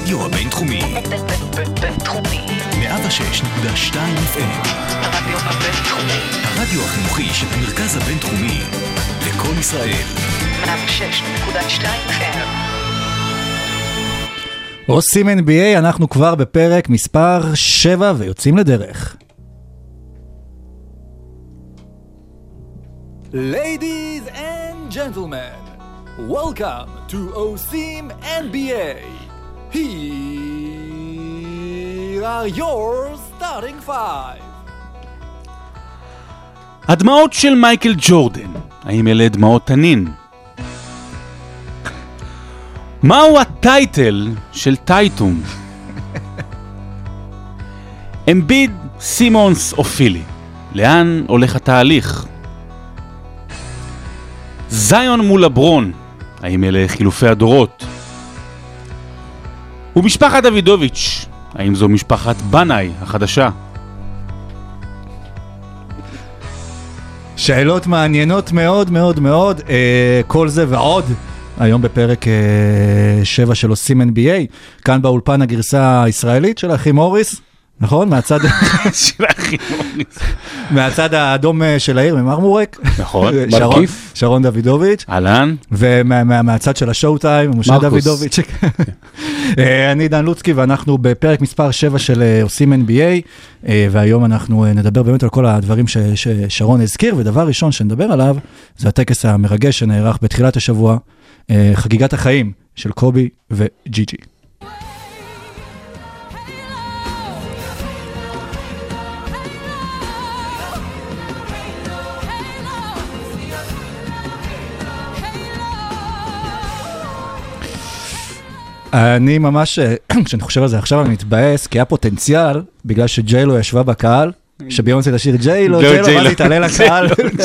הרדיו הבינתחומי. בינתחומי. 106.2 FM. הרדיו הבינתחומי. הרדיו החינוכי של המרכז הבינתחומי. לכל ישראל. 106.2 FM. עושים NBA, אנחנו כבר בפרק מספר 7 ויוצאים לדרך. Ladies and gentlemen, welcome to OSIM NBA. Here are your starting five. הדמעות של מייקל ג'ורדן, האם אלה דמעות תנין? מהו הטייטל של טייטום? אמביד, סימונס או פילי? לאן הולך התהליך? זיון מול לברון, האם אלה חילופי הדורות? ומשפחת דוידוביץ', האם זו משפחת בנאי החדשה? שאלות מעניינות מאוד מאוד מאוד, כל זה ועוד היום בפרק 7 של עושים NBA, כאן באולפן הגרסה הישראלית של אחי מוריס, נכון? מהצד של אחי מוריס. מהצד האדום של העיר, ממרמורק. נכון, מרכיף. שרון דוידוביץ'. אהלן. ומהצד של השואו טיים, משה דוידוביץ'. אני דן לוצקי, ואנחנו בפרק מספר 7 של עושים NBA, והיום אנחנו נדבר באמת על כל הדברים ששרון הזכיר, ודבר ראשון שנדבר עליו, זה הטקס המרגש שנערך בתחילת השבוע, חגיגת החיים של קובי וג'י-ג'י. אני ממש, כשאני חושב על זה עכשיו, אני מתבאס, כי היה פוטנציאל, בגלל שג'יילו ישבה בקהל, שביונסי תשאיר ג'יילו, ואז יתעלה לקהל.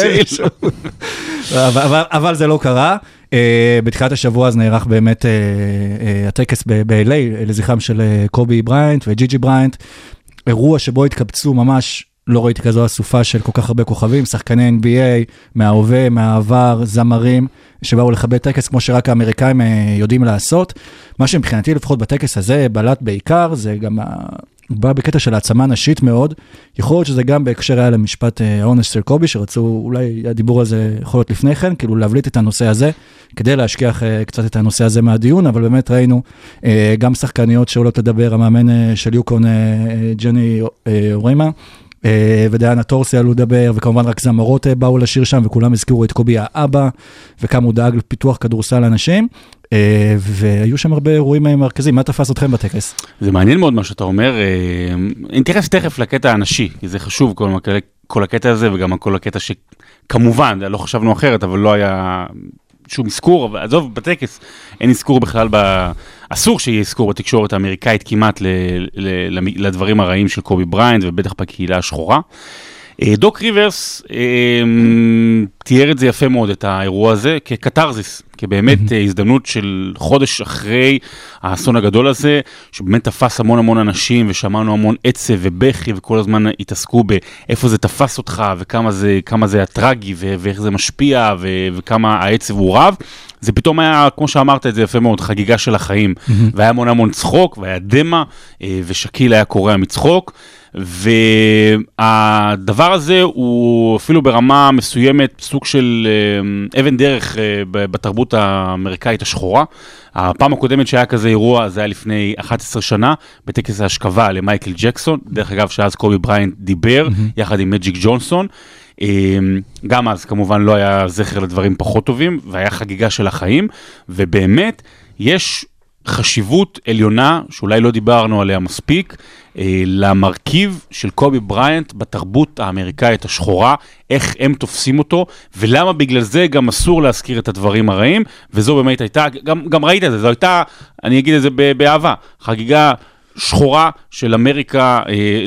אבל זה לא קרה. בתחילת השבוע אז נערך באמת הטקס ב-LA, לזכרם של קובי בריינט וג'י-ג'י בריינט, אירוע שבו התקבצו ממש, לא ראיתי כזו אסופה של כל כך הרבה כוכבים, שחקני NBA, מההווה, מהעבר, זמרים, שבאו לכבד טקס כמו שרק האמריקאים יודעים לעשות. מה שמבחינתי לפחות בטקס הזה בלט בעיקר, זה גם בא בקטע של העצמה נשית מאוד, יכול להיות שזה גם בהקשר היה למשפט האונס של קובי, שרצו, אולי הדיבור הזה יכול להיות לפני כן, כאילו להבליט את הנושא הזה, כדי להשכיח קצת את הנושא הזה מהדיון, אבל באמת ראינו גם שחקניות שעולות לדבר, המאמן של יוקון ג'ני אורימה, ודיאנה טורסי עלו לדבר, וכמובן רק זמרות באו לשיר שם, וכולם הזכירו את קובי האבא, וכמה הוא דאג לפיתוח כדורסל לאנשים, והיו שם הרבה אירועים מרכזיים. מה תפס אתכם בטקס? זה מעניין מאוד מה שאתה אומר. נתייחס תכף לקטע האנשי, כי זה חשוב כל הקטע הזה, וגם כל הקטע שכמובן, לא חשבנו אחרת, אבל לא היה שום אזכור, אבל עזוב, בטקס אין אזכור בכלל, אסור שיהיה אזכור בתקשורת האמריקאית כמעט לדברים הרעים של קובי בריינט, ובטח בקהילה השחורה. דוק ריברס תיאר את זה יפה מאוד, את האירוע הזה, כקטרזיס, כבאמת הזדמנות של חודש אחרי האסון הגדול הזה, שבאמת תפס המון המון אנשים, ושמענו המון עצב ובכי, וכל הזמן התעסקו באיפה זה תפס אותך, וכמה זה הטרגי, ואיך זה משפיע, וכמה העצב הוא רב. זה פתאום היה, כמו שאמרת את זה יפה מאוד, חגיגה של החיים, והיה המון המון צחוק, והיה דמה, ושקיל היה קורע מצחוק, והדבר הזה הוא אפילו ברמה מסוימת סוג של אבן דרך בתרבות האמריקאית השחורה. הפעם הקודמת שהיה כזה אירוע, זה היה לפני 11 שנה, בטקס ההשכבה למייקל ג'קסון, דרך אגב שאז קובי בריינט דיבר, יחד עם מג'יק ג'ונסון, גם אז כמובן לא היה זכר לדברים פחות טובים, והיה חגיגה של החיים, ובאמת יש חשיבות עליונה, שאולי לא דיברנו עליה מספיק, למרכיב של קובי בריינט בתרבות האמריקאית השחורה, איך הם תופסים אותו, ולמה בגלל זה גם אסור להזכיר את הדברים הרעים, וזו באמת הייתה, גם ראית את זה, זו הייתה, אני אגיד את זה באהבה, חגיגה שחורה של אמריקה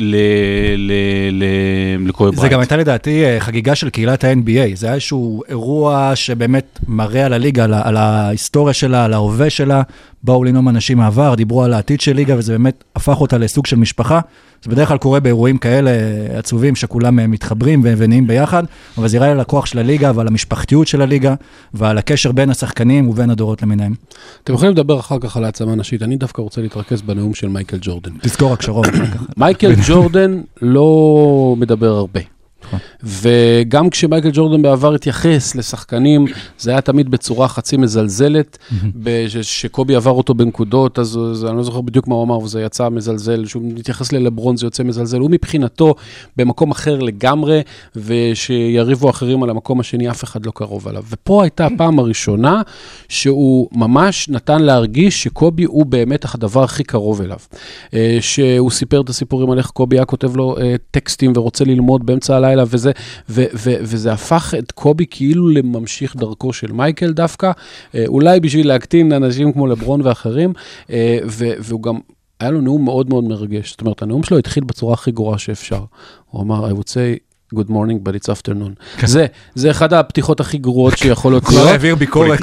לקובי בריינט. זה גם הייתה לדעתי חגיגה של קהילת ה-NBA, זה היה איזשהו אירוע שבאמת מראה על הליגה, על ההיסטוריה שלה, על ההווה שלה, באו לנאום אנשים מעבר, דיברו על העתיד של ליגה, וזה באמת הפך אותה לסוג של משפחה. זה בדרך כלל קורה באירועים כאלה עצובים, שכולם מתחברים ונהיים ביחד, אבל זה יראה על הכוח של הליגה, ועל המשפחתיות של הליגה, ועל הקשר בין השחקנים ובין הדורות למיניהם. אתם יכולים לדבר אחר כך על העצמה נשית, אני דווקא רוצה להתרכז בנאום של מייקל ג'ורדן. תזכור רק שרוב. מייקל ג'ורדן לא מדבר הרבה. וגם כשמייקל ג'ורדן בעבר התייחס לשחקנים, זה היה תמיד בצורה חצי מזלזלת, שקובי עבר אותו בנקודות, אז אני לא זוכר בדיוק מה הוא אמר, וזה יצא מזלזל, שהוא מתייחס ללברון זה יוצא מזלזל, הוא מבחינתו במקום אחר לגמרי, ושיריבו אחרים על המקום השני, אף אחד לא קרוב עליו. ופה הייתה הפעם הראשונה, שהוא ממש נתן להרגיש שקובי הוא באמת הדבר הכי קרוב אליו. שהוא סיפר את הסיפורים על איך קובי היה כותב לו טקסטים, ורוצה ללמוד באמצע הלילה, וזה הפך את קובי כאילו לממשיך דרכו של מייקל דווקא, אולי בשביל להקטין אנשים כמו לברון ואחרים, והוא גם, היה לו נאום מאוד מאוד מרגש, זאת אומרת, הנאום שלו התחיל בצורה הכי גרועה שאפשר, הוא אמר, I would say, good morning, but it's afternoon. זה אחד הפתיחות הכי גרועות שיכולות להיות. לא העביר ביקורת.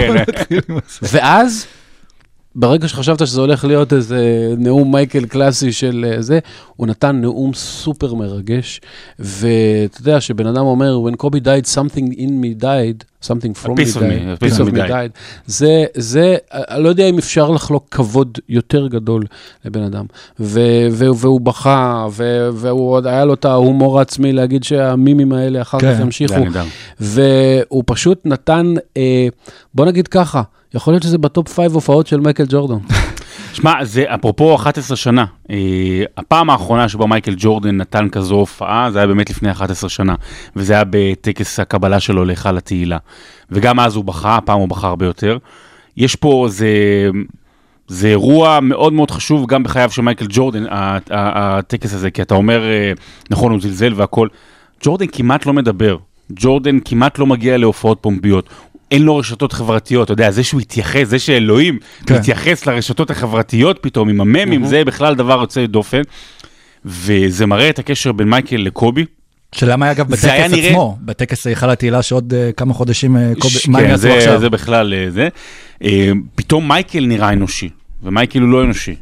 ואז, ברגע שחשבת שזה הולך להיות איזה נאום מייקל קלאסי של זה, הוא נתן נאום סופר מרגש, ואתה יודע שבן אדם אומר, when Kobe died, something in me died, something from me died, piece of me died. זה, אני לא יודע אם אפשר לחלוק כבוד יותר גדול לבן אדם, והוא בכה, והוא עוד היה לו את ההומור העצמי להגיד שהמימים האלה אחר כך ימשיכו, והוא פשוט נתן, בוא נגיד ככה, יכול להיות שזה בטופ 5 הופעות של מייקל ג'ורדן. שמע, זה אפרופו 11 שנה. הפעם האחרונה שבה מייקל ג'ורדן נתן כזו הופעה, זה היה באמת לפני 11 שנה. וזה היה בטקס הקבלה שלו להיכל התהילה. וגם אז הוא בכה, הפעם הוא בכה הרבה יותר. יש פה, זה אירוע מאוד מאוד חשוב, גם בחייו של מייקל ג'ורדן, הטקס הזה, כי אתה אומר, נכון, הוא זלזל והכל. ג'ורדן כמעט לא מדבר. ג'ורדן כמעט לא מגיע להופעות פומביות. אין לו רשתות חברתיות, אתה יודע, זה שהוא התייחס, זה שאלוהים מתייחס לרשתות החברתיות פתאום, עם הממים, זה בכלל דבר יוצא דופן, וזה מראה את הקשר בין מייקל לקובי. שלמה היה אגב בטקס עצמו, בטקס היכל התהילה שעוד כמה חודשים קובי, מה יעשו עכשיו? זה בכלל זה. פתאום מייקל נראה אנושי, ומייקל הוא לא אנושי.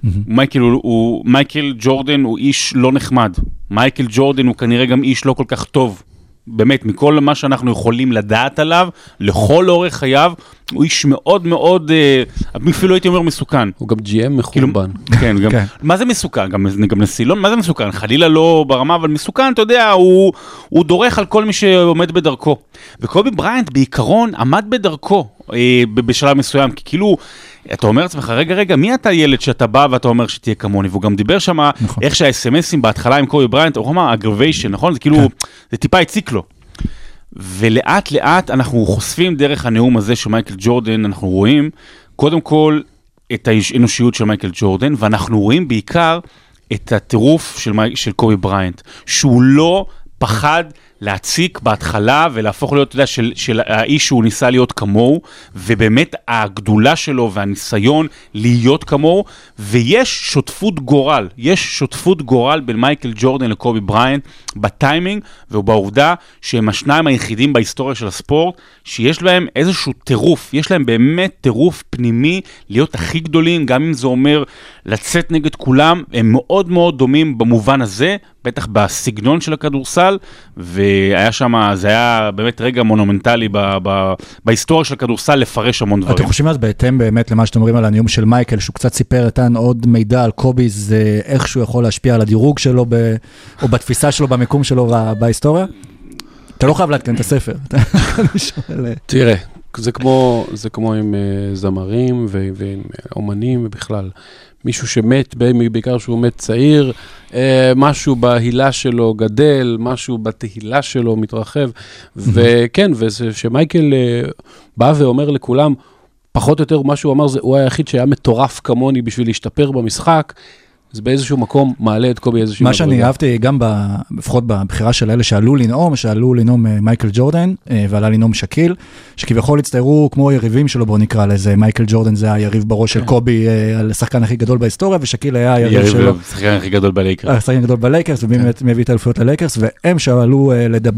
מייקל ג'ורדן הוא איש לא נחמד. מייקל ג'ורדן הוא כנראה גם איש לא כל כך טוב. באמת, מכל מה שאנחנו יכולים לדעת עליו, לכל אורך חייו, הוא איש מאוד מאוד, אפילו הייתי אומר מסוכן. הוא גם GM מחורבן. כן, גם, מה זה מסוכן? גם נסילון, מה זה מסוכן? חלילה לא ברמה, אבל מסוכן, אתה יודע, הוא דורך על כל מי שעומד בדרכו. וקובי בריינט בעיקרון עמד בדרכו בשלב מסוים, כי כאילו, אתה אומר לעצמך, רגע, מי אתה ילד שאתה בא ואתה אומר שתהיה כמוני? והוא גם דיבר שם, איך שהאס-אמסים בהתחלה עם קובי בריינט, הוא אמר, אגרוויישן, נכון? זה כאילו, זה טיפה הציק לו. ולאט לאט אנחנו חושפים דרך הנאום הזה של מייקל ג'ורדן, אנחנו רואים, קודם כל, את האנושיות של מייקל ג'ורדן, ואנחנו רואים בעיקר את הטירוף של קובי בריינט, שהוא לא פחד להציק בהתחלה ולהפוך להיות, אתה יודע, של האיש שהוא ניסה להיות כמוהו, ובאמת הגדולה שלו והניסיון להיות כמוהו, ויש שותפות גורל בין מייקל ג'ורדן לקובי בריינט, בטיימינג ובעובדה שהם השניים היחידים בהיסטוריה של הספורט, שיש להם איזשהו טירוף, יש להם באמת טירוף פנימי להיות הכי גדולים, גם אם זה אומר לצאת נגד כולם, הם מאוד מאוד דומים במובן הזה, בטח בסגנון של הכדורסל, והיה שם, זה היה באמת רגע מונומנטלי בהיסטוריה של הכדורסל לפרש המון דברים. אתם חושבים אז בהתאם באמת למה שאתם אומרים על הנאום של מייקל, שהוא קצת סיפר איתן עוד מידע על קובי, זה איך שהוא יכול להשפיע על הדירוג שלו, או בתפיסה שלו, במיקום שלו בהיסטוריה? אתה לא חייב להתקן את הספר. תראה, זה כמו עם זמרים ועם אומנים ובכלל. מישהו שמת, בעיקר שהוא מת צעיר, משהו בהילה שלו גדל, משהו בתהילה שלו מתרחב, וכן, ושמייקל בא ואומר לכולם, פחות או יותר מה שהוא אמר, הוא היחיד שהיה מטורף כמוני בשביל להשתפר במשחק, זה באיזשהו מקום מעלה את קובי איזשהו... מה שאני אהבתי גם לפחות בבחירה של אלה שעלו לנאום מייקל ג'ורדן, ועלה לנאום שקיל, שכביכול הצטיירו כמו יריבים שלו, בוא נקרא לזה, מייקל ג'ורדן זה היריב בראש של קובי, השחקן הכי גדול בהיסטוריה, ושקיל היה היריב שלו. השחקן הכי גדול בלייקרס. השחקן הגדול בלייקרס, ובאמת מביא את האלופיות ללייקרס, והם שעלו לדבר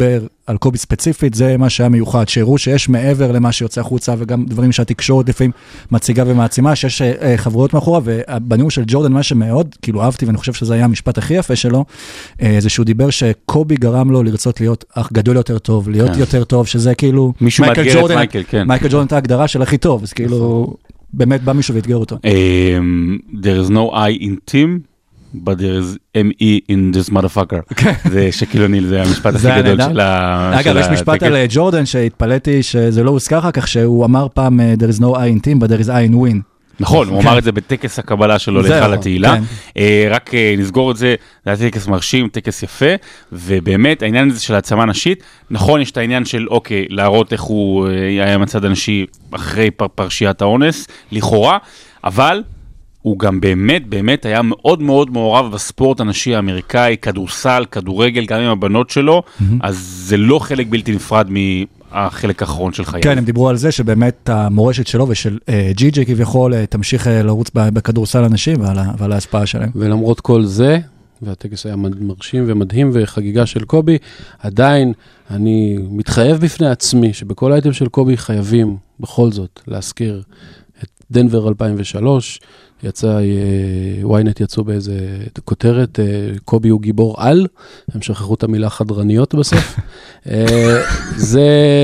על קובי ספציפית, זה מה שהיה מיוחד, שהראו שיש מעבר למה שיוצא החוצה, וגם דברים שהתקשורת לפעמים מציגה ומעצימה, שיש חברויות מאחורה, ובנאום של ג'ורדן, מה שמאוד, כאילו אהבתי, ואני חושב שזה היה המשפט הכי יפה שלו, זה שהוא דיבר שקובי גרם לו לרצות להיות אח גדול יותר טוב, להיות יותר טוב, שזה כאילו, מישהו מאתגר את מייקל, כן. מייקל ג'ורדן הייתה הגדרה של הכי טוב, אז כאילו, באמת בא מישהו והתגר אותו. There is no I in team, but there is M-E in this motherfucker. זה שקיל אוניל, זה המשפט הכי גדול של הטקס. אגב, יש משפט על ג'ורדן שהתפלאתי שזה לא הוזכר אחר כך, שהוא אמר פעם, there is no I in team, but there is I in win. נכון, הוא אמר את זה בטקס הקבלה שלו להיכל התהילה. רק נסגור את זה, זה היה טקס מרשים, טקס יפה, ובאמת העניין הזה של העצמה נשית, נכון, יש את העניין של אוקיי, להראות איך הוא היה מצד הנשי אחרי פרשיית האונס, לכאורה, אבל הוא גם באמת היה מאוד מאוד מעורב בספורט הנשי האמריקאי, כדורסל, כדורגל, גם עם הבנות שלו, אז זה לא חלק בלתי נפרד מהחלק האחרון של חייו. כן, הם דיברו על זה שבאמת המורשת שלו ושל ג'י כביכול תמשיך לרוץ בכדורסל הנשי ועל ההשפעה שלהם. ולמרות כל זה, והטקס היה מרשים ומדהים וחגיגה של קובי, עדיין אני מתחייב בפני עצמי שבכל האייטם של קובי חייבים בכל זאת להזכיר את דנבר 2003, וויינט יצאו באיזה כותרת, קובי הוא גיבור על, הם שכחו את המילה חדרניות בסוף. זה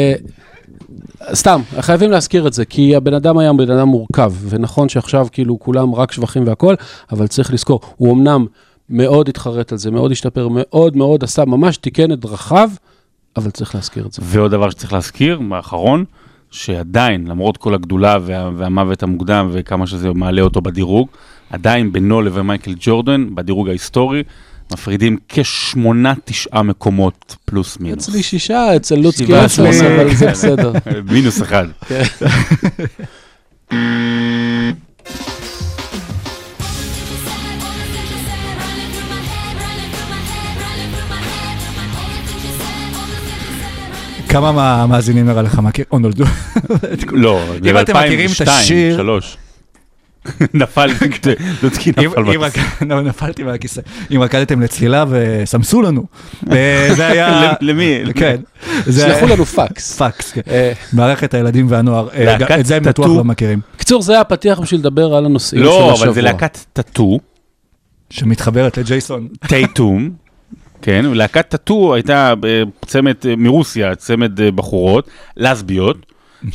סתם, חייבים להזכיר את זה, כי הבן אדם היה בן אדם מורכב, ונכון שעכשיו כאילו כולם רק שבחים והכל, אבל צריך לזכור, הוא אמנם מאוד התחרט על זה, מאוד השתפר, מאוד מאוד עשה, ממש תיקן את דרכיו, אבל צריך להזכיר את זה. ועוד דבר שצריך להזכיר, האחרון, שעדיין, למרות כל הגדולה והמוות המוקדם וכמה שזה מעלה אותו בדירוג, עדיין בינו לבין מייקל ג'ורדן, בדירוג ההיסטורי, מפרידים כ8-9 מקומות פלוס מינוס. אצלי 6, אצל לוצקי 10, אבל זה בסדר. מינוס 1. כמה מהמאזינים נראה לך מכיר? או נולדו? לא, אם אתם מכירים את השיר... 3. נפל, לוצקי נפל מהכיסא. נפלתי מהכיסא. אם רקדתם לצלילה וסמסו לנו. זה היה... למי? כן. שלחו לנו פקס. פקס, כן. מערכת הילדים והנוער. את זה הם בטוח לא מכירים. קצור, זה היה פתיח בשביל לדבר על הנושאים של השבוע. לא, אבל זה להקת טאטו. שמתחברת לג'ייסון. טייטום. כן, להקת טאטו הייתה צמד מרוסיה, צמד בחורות, לסביות,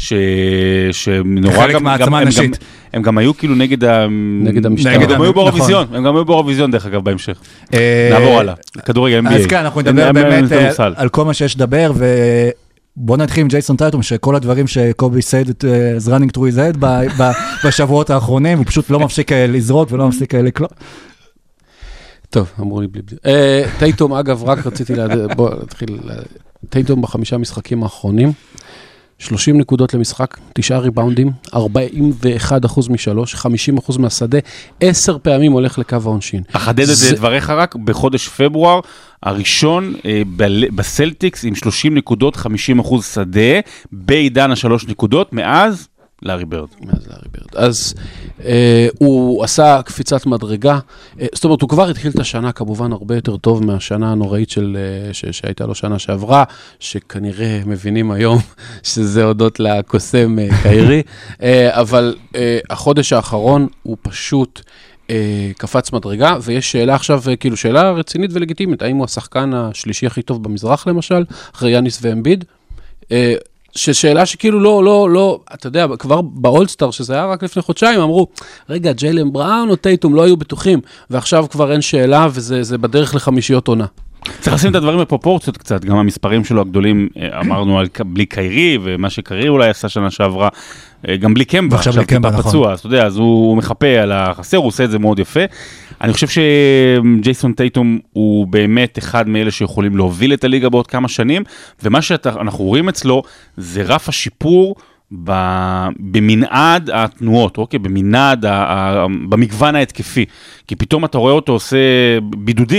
שנורא הם גם היו כאילו נגד המשטרה. הם גם היו באירוויזיון, הם גם היו באירוויזיון דרך אגב בהמשך. נעבור הלאה, כדורגל NBA. אז כן, אנחנו נדבר באמת על כל מה שיש לדבר, ובוא נתחיל עם ג'ייסון טייטום, שכל הדברים שקובי said is running through his head בשבועות האחרונים, הוא פשוט לא מפסיק לזרוק ולא מפסיק לקלוע. טוב, אמרו לי בלי. טייטום, אגב, רק רציתי בוא נתחיל. טייטום ב5 משחקים האחרונים, 30 נקודות למשחק, 9 ריבאונדים, 41% מ3, 50% מהשדה, 10 פעמים הולך לקו העונשין. אחדד את זה דבריך רק, בחודש פברואר, הראשון בסלטיקס עם 30 נקודות, 50% שדה, בעידן ה3 נקודות, מאז לארי בירד. אז הוא עשה קפיצת מדרגה, זאת אומרת, הוא כבר התחיל את השנה כמובן הרבה יותר טוב מהשנה הנוראית שהייתה לו שנה שעברה, שכנראה מבינים היום שזה הודות לקוסם קיירי, אבל החודש האחרון הוא פשוט קפץ מדרגה, ויש שאלה עכשיו, כאילו שאלה רצינית ולגיטימית, האם הוא השחקן השלישי הכי טוב במזרח למשל, אחרי יאניס ואמביד, ששאלה שכאילו לא, אתה יודע, כבר באולסטאר, שזה היה רק לפני חודשיים, אמרו, רגע, ג'יילן בראון או טייטום לא היו בטוחים, ועכשיו כבר אין שאלה, וזה בדרך לחמישיות עונה. צריך לשים את הדברים בפרופורציות קצת, גם המספרים שלו הגדולים, אמרנו על בלי קיירי, ומה שקיירי אולי עשה שנה שעברה, גם בלי קמבה, עכשיו טיפה פצוע, אז אתה יודע, אז הוא מחפה על החסר, הוא עושה את זה מאוד יפה. אני חושב שג'ייסון טייטום הוא באמת אחד מאלה שיכולים להוביל את הליגה בעוד כמה שנים, ומה שאנחנו רואים אצלו זה רף השיפור במנעד התנועות, אוקיי? במנעד, במגוון ההתקפי. כי פתאום אתה רואה אותו עושה בידודים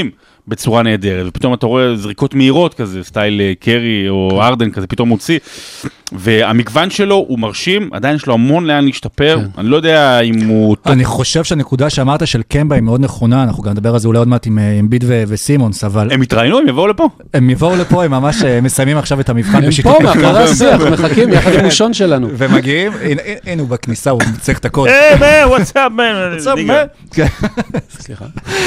בצורה נהדרת, ופתאום אתה רואה זריקות מהירות כזה, סטייל קרי או ארדן כזה, פתאום מוציא, והמגוון שלו הוא מרשים, עדיין יש לו המון לאן להשתפר, אני לא יודע אם הוא... אני חושב שהנקודה שאמרת של קמבה היא מאוד נכונה, אנחנו גם נדבר על זה אולי עוד מעט עם ביד וסימונס, אבל... הם התראינו, הם יבואו לפה? הם יבואו לפה, הם ממש מסיימים עכשיו את המבחן בשיתוף. הם פה, מאחורי השיח, מחכים יחד עם ראשון שלנו. ומגיעים, הנה הוא בכניסה, הוא צריך את הקוד. היי, man, what's up, man? סליחה.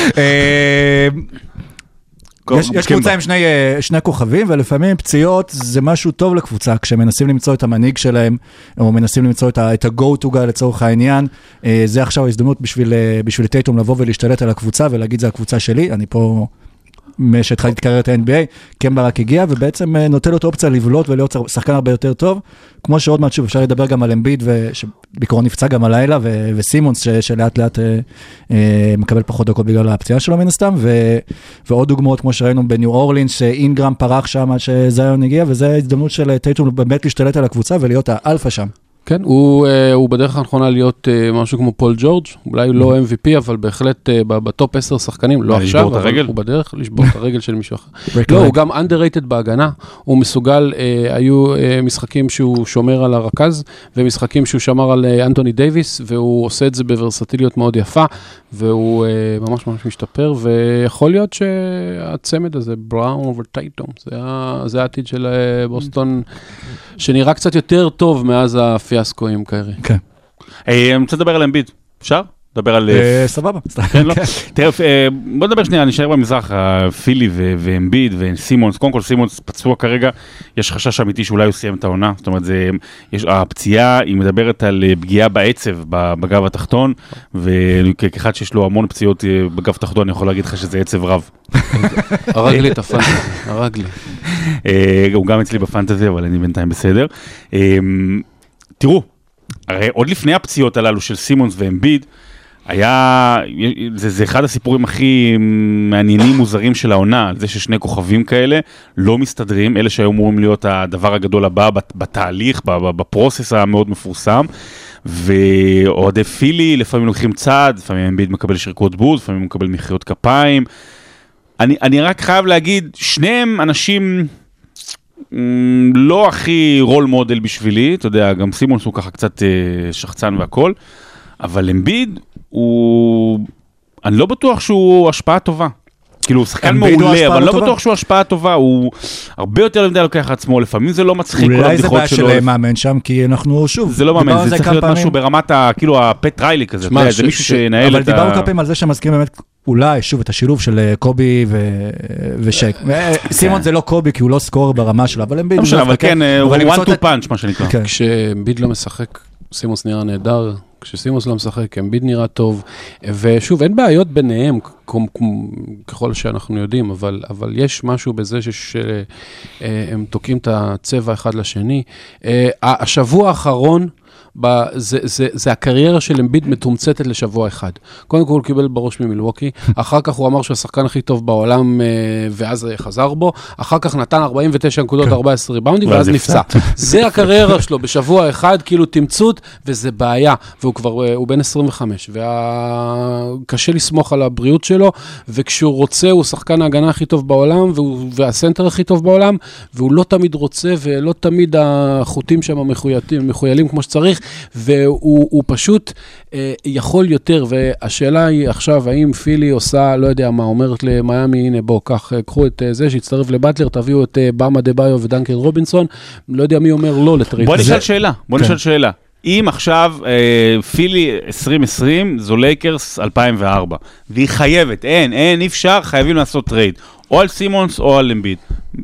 יש קבוצה עם שני כוכבים, ולפעמים פציעות זה משהו טוב לקבוצה, כשמנסים למצוא את המנהיג שלהם, או מנסים למצוא את ה-go to guy לצורך העניין, זה עכשיו ההזדמנות בשביל טייטום לבוא ולהשתלט על הקבוצה, ולהגיד זה הקבוצה שלי, אני פה... שהתחלתי את קריירת ה-NBA, קמבה רק הגיע, ובעצם נותן לו את האופציה לבלוט ולהיות שחקן הרבה יותר טוב, כמו שעוד מעט שוב אפשר לדבר גם על אמביד, שבעיקרון נפצע גם הלילה, וסימונס שלאט לאט מקבל פחות דקות בגלל הפציעה שלו מן הסתם, ועוד דוגמאות כמו שראינו בניו אורלינס, שאינגרם פרח שם עד שזיון הגיע, וזו ההזדמנות של טייטום באמת להשתלט על הקבוצה ולהיות האלפא שם. כן, הוא בדרך הנכונה להיות משהו כמו פול ג'ורג', אולי לא MVP, אבל בהחלט בטופ 10 שחקנים, לא עכשיו, אבל הוא בדרך לשבור את הרגל של מישהו אחר. לא, הוא גם underrated בהגנה, הוא מסוגל, היו משחקים שהוא שומר על הרכז, ומשחקים שהוא שמר על אנטוני דייביס, והוא עושה את זה בוורסטיליות מאוד יפה, והוא ממש ממש משתפר, ויכול להיות שהצמד הזה, בראון וטייטום, זה העתיד של בוסטון, שנראה קצת יותר טוב מאז הפיאסקו עם קיירי. כן. אני רוצה לדבר על אמביד, אפשר? לדבר על... סבבה. כן, לא? תראה, בוא נדבר שנייה, נשאר במזרח, פילי ואמביד וסימונס, קודם כל סימונס פצוע כרגע, יש חשש אמיתי שאולי הוא סיים את העונה, זאת אומרת, הפציעה, היא מדברת על פגיעה בעצב בגב התחתון, וכאחד שיש לו המון פציעות בגב התחתון, אני יכול להגיד לך שזה עצב רב. הרגלי את הפנטזי, הרגלי. הוא גם אצלי בפנטזי, אבל אני בינתיים בסדר. תראו, הרי עוד לפני הפציעות הללו של סימונס ואמביד, זה אחד הסיפורים הכי מעניינים מוזרים של העונה, על זה ששני כוכבים כאלה לא מסתדרים, אלה שהיו אמורים להיות הדבר הגדול הבא בתהליך, בפרוסס המאוד מפורסם, ועוד פילי לפעמים לוקחים צעד, לפעמים אמביד מקבל שריקות בוז, לפעמים הוא מקבל מחיאות כפיים. אני רק חייב להגיד, שניהם אנשים לא הכי רול מודל בשבילי, אתה יודע, גם סימונס הוא ככה קצת שחצן והכל, אבל אמביד אני לא בטוח שהוא השפעה טובה. כאילו, הוא שחקן מעולה, אבל לא בטוח שהוא השפעה טובה, הוא הרבה יותר למדי לוקח עצמו, לפעמים זה לא מצחיק כל הבדיחות שלו. אולי זה בעיה של מאמן שם, כי אנחנו שוב... זה לא מאמן, זה צריך להיות משהו ברמת, כאילו, הפט ריילי כזה, זה מישהו שנהל את ה... אבל דיברנו כמה פעמים על זה שמזכירים באמת, אולי, שוב, את השילוב של קובי ושק. סימון זה לא קובי, כי הוא לא סקורר ברמה שלו, אבל אמביד... אבל כן, הוא one to punch, מה שנקרא. כשאמביד לא משחק, סימוס נראה נהדר, כשסימוס לא משחק, אמביד נראה טוב, ושוב, אין בעיות ביניהם, ככל שאנחנו יודעים, אבל יש משהו בזה שהם תוקעים את הצבע אחד לשני. השבוע האחרון, זה הקריירה של אמביד מתומצתת לשבוע אחד. קודם כל הוא קיבל בראש ממילווקי, אחר כך הוא אמר שהוא השחקן הכי טוב בעולם, ואז חזר בו, אחר כך נתן 49 נקודות, 14 ריבאונדים, ואז נפצע. זה הקריירה שלו, בשבוע אחד, כאילו תמצות, וזה בעיה, הוא בן 25, וקשה לסמוך על הבריאות שלו, וכשהוא רוצה, הוא שחקן ההגנה הכי טוב בעולם, והסנטר הכי טוב בעולם, והוא לא תמיד רוצה, ולא תמיד החוטים שם מחוילים כמו שצריך, והוא פשוט יכול יותר, והשאלה היא עכשיו, האם פילי עושה, לא יודע מה, אומרת למיימי, הנה בוא, קחו את זה, שיצטרף לבטלר, תביאו את באמה דה ביו ודנקן רובינסון, לא יודע מי אומר לא לטריד. בוא נשאל שאלה, אם עכשיו פילי 2020, זו לייקרס 2004, והיא חייבת, אין, אפשר, חייבים לעשות טרייד, או על סימונס או על אמביד.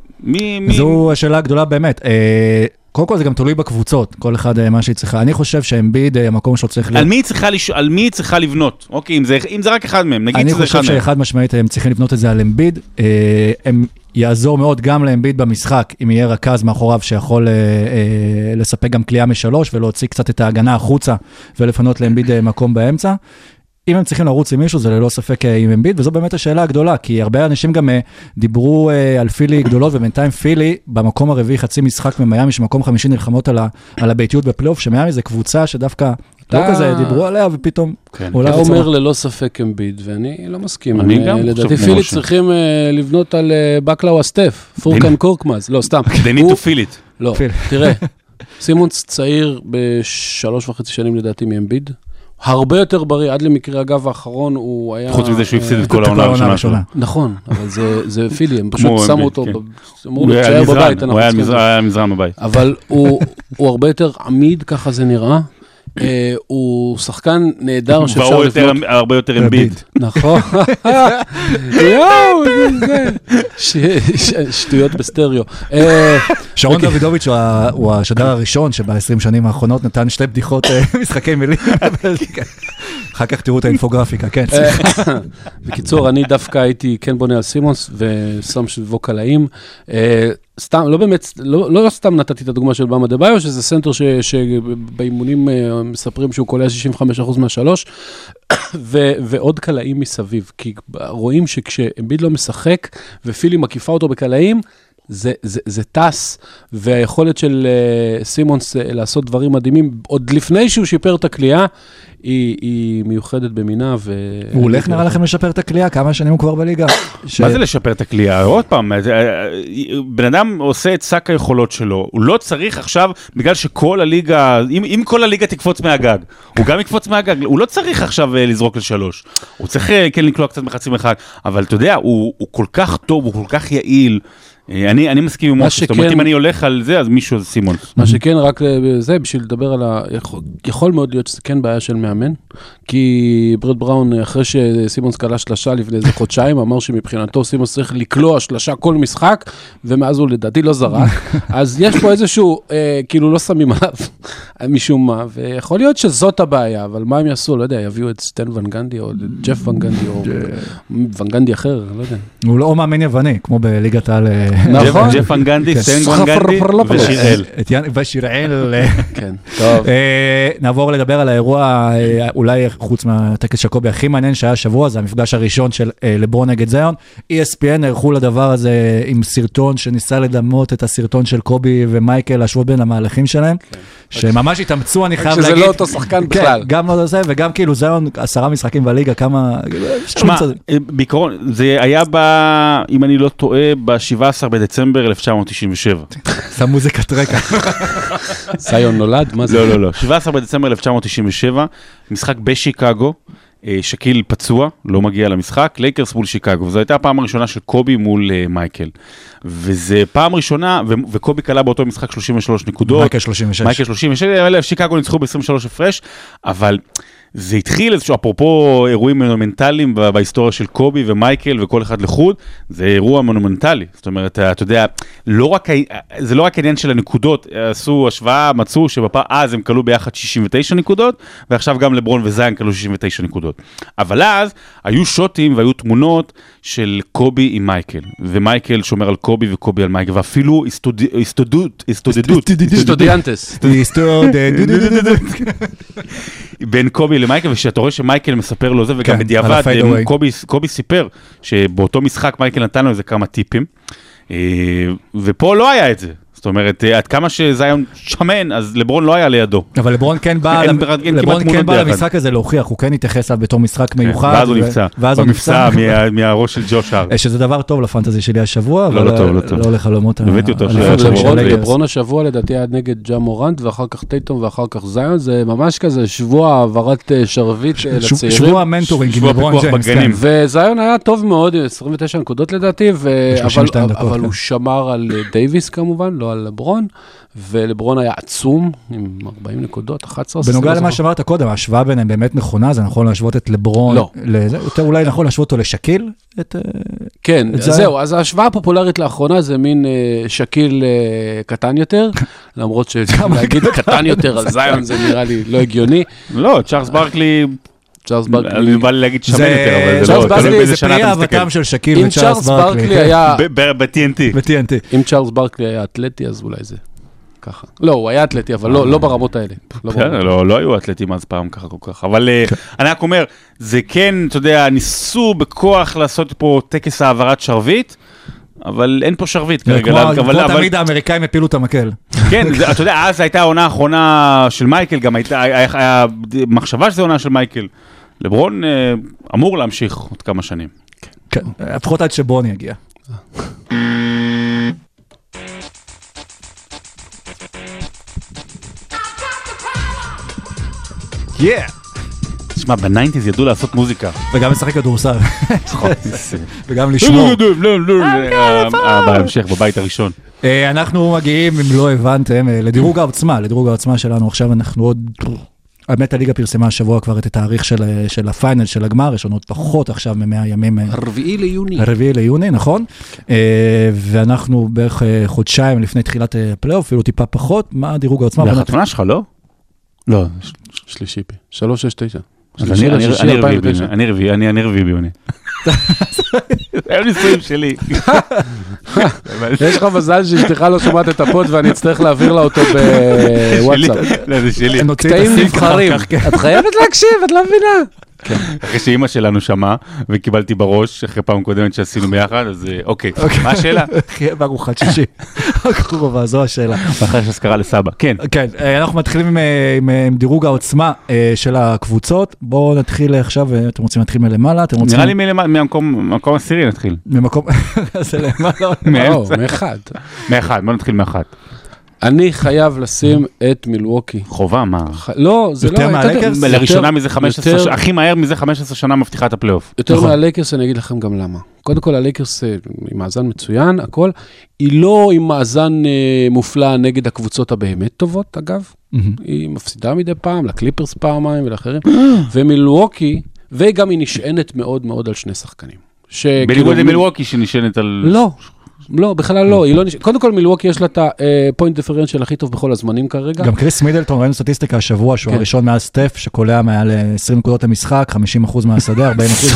זו השאלה הגדולה באמת. קודם כל זה גם תלוי בקבוצות, כל אחד מה שהיא צריכה. אני חושב שאמביד, המקום שלו צריך... על מי היא צריכה לבנות? אוקיי, אם זה רק אחד מהם, נגיד שזה אחד מהם. אני חושב שאחד משמעית הם צריכים לבנות את זה על אמביד. הם יעזור מאוד גם לאמביד במשחק, אם יהיה רכז מאחוריו שיכול לספק גם קליעה משלוש, ולהוציא קצת את ההגנה החוצה, ולפנות לאמביד מקום באמצע. אם הם צריכים לרוץ עם מישהו, זה ללא ספק עם אמביד, וזו באמת השאלה הגדולה, כי הרבה אנשים גם דיברו על פילי גדולות, ובינתיים פילי, במקום הרביעי חצי משחק ממיימי, שמקום 50 נלחמות על הביתיות בפלייאוף, שמיימי זה קבוצה שדווקא לא כזה, דיברו עליה ופתאום... אתה אומר ללא ספק אמביד, ואני לא מסכים. אני גם לדעתי פיליט צריכים לבנות על בקלה או הסטף, פורקן קורקמאז, לא, סתם. They need to feel it. לא, תראה, סימונס צעיר ב3.5 שנים לדעתי מאמביד, הרבה יותר בריא, עד למקרה אגב האחרון הוא היה... חוץ מזה שהוא הפסיד את כל העונה הראשונה. נכון, אבל זה פילי, הם פשוט שמו אותו, אמרו לו תשאר בבית, הוא היה מזרן בבית. אבל הוא הרבה יותר עמיד, ככה זה נראה. הוא שחקן נהדר שאפשר לבנות. הרבה יותר אמביד. נכון. יואו, שטויות בסטריאו. שרון דוידוביץ' הוא השדר הראשון שב-20 שנים האחרונות נתן 2 בדיחות משחקי מילים. אחר כך תראו את האינפוגרפיקה, כן. בקיצור, אני דווקא הייתי כן בונה על סימונס ושם שבו קלעים. סתם, לא באמת, לא סתם נתתי את הדוגמה של במה דביו, שזה סנטר שבאימונים מספרים שהוא קולע 65% מהשלוש, ועוד קלעים מסביב, כי רואים שכשאמביד לא משחק, ופילי מקיפה אותו בקלעים, זה טס, והיכולת של סימונס לעשות דברים מדהימים, עוד לפני שהוא שיפר את הקליעה, היא מיוחדת במינה. הוא הולך נראה לכם לשפר את הקליעה? כמה שנים הוא כבר בליגה? מה זה לשפר את הקליעה? עוד פעם, בן אדם עושה את שק היכולות שלו, הוא לא צריך עכשיו, בגלל שכל הליגה, אם כל הליגה תקפוץ מהגג, הוא גם יקפוץ מהגג, הוא לא צריך עכשיו לזרוק ל3, הוא צריך כן לקלוע קצת מחצי מרחק, אבל אתה יודע, הוא כל כך טוב, הוא כל כך יעיל, אני מסכים עם משהו, זאת אומרת, אם אני הולך על זה, אז מישהו זה סימונס. מה שכן, רק זה, בשביל לדבר על יכול מאוד להיות שזה כן בעיה של מאמן, כי ברד בראון, אחרי שסימונס קלה שלשה לפני איזה חודשיים, אמר שמבחינתו סימונס צריך לקלוע שלשה כל משחק, ומאז הוא לדעתי לא זרק, אז יש פה איזשהו, כאילו לא שמים עליו משום מה, ויכול להיות שזאת הבעיה, אבל מה הם יעשו? לא יודע, יביאו את סטן ון גנדי, או ג'ף ון גנדי, או ון גנדי אחר, לא יודע. הוא לא מאמן יווני, כמו בליגת העל... נכון. ג'ף ון גנדי, סטן ון גנדי ושיראל. ושיראל. כן, טוב. נעבור לדבר על האירוע, אולי חוץ מהטקס של קובי הכי מעניין שהיה שבוע, זה המפגש הראשון של לברון נגד זיון. ESPN ערכו לדבר הזה עם סרטון שניסה לדמות את הסרטון של קובי ומייקל, להשוות בין המהלכים שלהם, שממש התאמצו, אני חייב להגיד. שזה לא אותו שחקן בכלל. גם לא זה, וגם כאילו זיון 10 משחקים בליגה, כמה... שמע, בעיקרון, זה היה אם אני לא טועה, ב-17 בדצמבר 1997. שם מוזיקת רקע. זיון נולד? מה זה? לא. 17 בדצמבר 1997, משחק בשיקגו, שקיל פצוע, לא מגיע למשחק, לייקרס מול שיקגו, וזו הייתה הפעם הראשונה של קובי מול מייקל. וזה פעם ראשונה, וקובי קלה באותו משחק 33 נקודות. מייקל 36. מייקל 36, שיקגו ניצחו ב-23 הפרש, אבל... זה התחיל איזשהו, אפרופו אירועים מונומנטליים בהיסטוריה של קובי ומייקל וכל אחד לחוד, זה אירוע מונומנטלי. זאת אומרת, אתה יודע, זה לא רק העניין של הנקודות, עשו השוואה, מצאו אז הם קלו ביחד 69 נקודות, ועכשיו גם לברון וזיין קלו 69 נקודות. אבל אז היו שוטים והיו תמונות של קובי עם מייקל, ומייקל שומר על קובי וקובי על מייקל, ואפילו סטודיאנטס. בין קובי למייקל, ושאתה רואה שמייקל מספר לו זה, וגם בדיעבד, קובי סיפר שבאותו משחק מייקל נתן לו איזה כמה טיפים, ופה לא היה את זה. זאת אומרת, עד כמה שזיון שמן, אז לברון לא היה לידו. אבל לברון כן בא למשחק הזה להוכיח, הוא כן התייחס בתור משחק מיוחד. ואז הוא נפצע. במפצע מהראש של ג'וש הארד. שזה דבר טוב לפנטזי שלי השבוע, אבל לא לחלומות. הבאתי אותו. לברון השבוע לדעתי היה נגד ג'ה מורנט, ואחר כך טייטום, ואחר כך זיון, זה ממש כזה שבוע העברת שרביט לצעירים. שבוע מנטורינג עם לברון ג'יימס. וזיון היה טוב מאוד, 29 נקודות לדעתי, אבל הוא שמר על דייביס כמובן, לא על לברון, ולברון היה עצום, עם 40 נקודות, 11. בנוגע למה שאמרת קודם, ההשוואה ביניהם באמת נכונה, זה נכון להשוות את לברון, יותר אולי נכון להשוות אותו לשקיל? כן, זהו, אז ההשוואה הפופולרית לאחרונה זה מין שקיל קטן יותר, למרות שלהגיד קטן יותר על זיון זה נראה לי לא הגיוני. לא, צ'ארלס ברקלי... אני בא לי להגיד שמן יותר, אבל זה לא, זה פרי אהבתם של שקיל וצ'ארלס ברקלי. ב-TNT. אם צ'ארלס ברקלי היה אתלטי, אז אולי זה ככה. לא, הוא היה אתלטי, אבל לא ברמות האלה. לא היו אתלטים אז פעם ככה כל כך, אבל אני רק אומר, זה כן, אתה יודע, ניסו בכוח לעשות פה טקס העברת שרביט, אבל אין פה שרביט כרגע. כמו תמיד האמריקאים הפילו את המקל. כן, אתה יודע, אז הייתה העונה האחרונה של מייקל, גם היה מחשבה שזו עונה של מייקל. לברון אמור להמשיך עוד כמה שנים. כן, לפחות עד שברוני יגיע. תשמע, בניינטיז ידעו לעשות מוזיקה. וגם לשחק כדורסל. וגם לשמור. בהמשך, בבית הראשון. אנחנו מגיעים, אם לא הבנתם, לדירוג העוצמה שלנו. עכשיו אנחנו עוד... האמת, הליגה פרסמה השבוע כבר את התאריך של הפיינל, של הגמר, יש לנו עוד פחות עכשיו מ100 ימים. 4 ליוני. 4 ליוני, נכון. ואנחנו בערך חודשיים לפני תחילת הפלייאוף, אפילו טיפה פחות. מה דירוג העוצמה? והחתונה שלך, לא? לא. שלישי פי. 369. אני רביעי ביוני. היו ניסויים שלי. יש לך מזל שאשתך לא שומעת את הפוד ואני אצטרך להעביר לה אותו בוואטסאפ. זה שלי. קטעים נבחרים. את חייבת להקשיב, את לא מבינה. אחרי שאמא שלנו שמעה וקיבלתי בראש אחרי פעם קודמת שעשינו ביחד, אז אוקיי. מה השאלה? בארוחת שישי. קרובה, זו השאלה. אחרי שהזכרה לסבא. כן. כן, אנחנו מתחילים עם דירוג העוצמה של הקבוצות. בואו נתחיל עכשיו, אתם רוצים להתחיל מלמעלה? נראה לי מהמקום עשירי נתחיל. ממקום, זה למעלה. מאחד, בואו נתחיל מאחד. אני חייב לשים את מילווקי. חובה, מה? לא, זה לא... יותר מהלקרס? לראשונה מזה 15, הכי מהר מזה 15 שנה מבטיחה את הפלייאוף. יותר מהלקרס, אני אגיד לכם גם למה. קודם כל, הלקרס עם מאזן מצוין, הכל. היא לא עם מאזן מופלא נגד הקבוצות הבאמת טובות, אגב. היא מפסידה מדי פעם, לקליפרס פעמיים ולאחרים. ומילווקי, וגם היא נשענת מאוד מאוד על שני שחקנים. בניגוד למילווקי שנשענת על... לא, בכלל לא. קודם כל, מילווקי יש לה את הפוינט דיפרנציאל הכי טוב בכל הזמנים כרגע. גם קריס מידלטון, ראינו סטטיסטיקה השבוע, שהוא הראשון מאז סטף, שקולע מעל 20 נקודות למשחק, 50% מהשדה, 40%.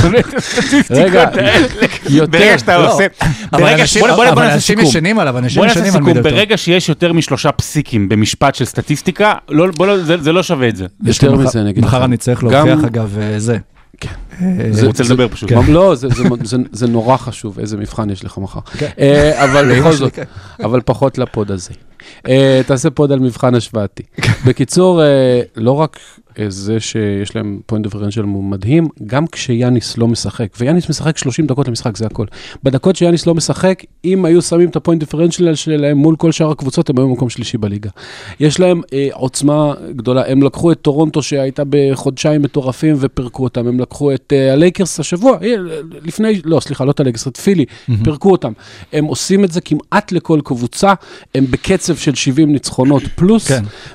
רגע, ברגע שאתה עושה... אבל אנשים ישנים עליו, בוא נעשה סיכום, ברגע שיש יותר מ3 פסיקים במשפט של סטטיסטיקה, זה לא שווה את זה. יותר מזה, נגיד. מחר אני צריך להוכיח, אגב, זה. אני רוצה לדבר פשוט. לא, זה נורא חשוב, איזה מבחן יש לך מחר. אבל בכל זאת, אבל פחות לפוד הזה. תעשה פוד על מבחן השוואתי. בקיצור, לא רק זה שיש להם פוינט דיפרנציאל מדהים, גם כשיאניס לא משחק, ויאניס משחק 30 דקות למשחק, זה הכל. בדקות שיאניס לא משחק, אם היו שמים את הפוינט דיפרנציאל שלהם מול כל שאר הקבוצות, הם היו במקום שלישי בליגה. יש להם עוצמה גדולה, הם לקחו את טורונטו שהייתה בחודשיים מטורפים ופרקו אותם, הם לקחו את הלייקרס השבוע, לפני, לא, סליחה, לא את הלייקרס, את פילי, פרקו אותם. הם עושים את זה כמעט לכל קבוצה, הם בקצב של 70 ניצחונות פלוס,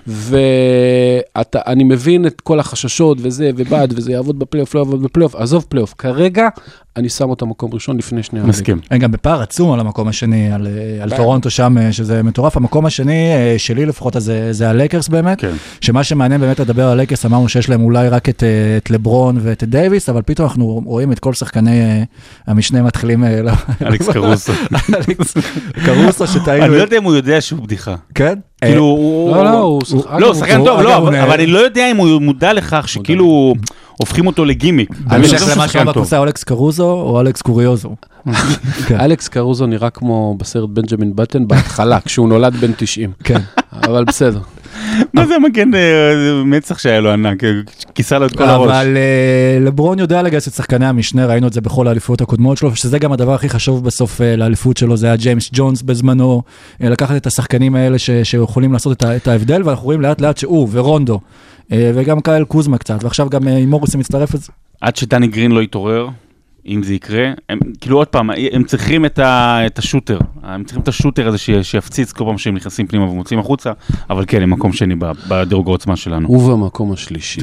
ואני מבין את כל החששות וזה ובד, וזה יעבוד בפלייאוף, לא יעבוד בפלייאוף, עזוב פלייאוף. כרגע אני שם אותה מקום ראשון לפני שני הליגה. מסכים. גם בפער עצום על המקום השני, על טורונטו שם, שזה מטורף. המקום השני שלי לפחות, זה הלייקרס באמת, שמה שמעניין באמת לדבר על הלייקרס, אמרנו שיש להם אולי רק את לברון ואת דייביס, אבל פתאום אנחנו רואים את כל שחקני המשנה מתחילים... אלכס קרוסו. קרוסו שטעינו... אני לא יודע אם הוא יודע שהוא בדיחה. כן? כאילו... לא, שחקן טוב, לא, אבל אני לא יודע אם הוא מודע לכך שכאילו הופכים אותו לגימיק. בהמשך למה שאומר בקבוצה, אלכס קרוזו או אלכס קוריוזו? אלכס קרוזו נראה כמו בסרט בנג'מין בטן בהתחלה, כשהוא נולד בן 90. כן. אבל בסדר. מה זה המגן מצח שהיה לו ענק? כיסה לו את כל הראש. אבל לברון יודע לגייס את שחקני המשנה, ראינו את זה בכל האליפויות הקודמות שלו, שזה גם הדבר הכי חשוב בסוף לאליפות שלו, זה היה ג'יימס ג'ונס בזמנו, לקחת את השחקנים האלה שיכולים לעשות את ההבדל, ואנחנו רואים לאט לאט שהוא ורונדו, וגם קייל קוזמה קצת, ועכשיו גם מוריס מצטרף את זה. עד שדני גרין לא יתעורר, אם זה יקרה, כאילו עוד פעם, הם צריכים את השוטר, הם צריכים את השוטר הזה שיפציץ כל פעם שהם נכנסים פנימה ומוצאים החוצה, אבל כן, הם מקום שני בדירוג העוצמה שלנו. ובמקום השלישי.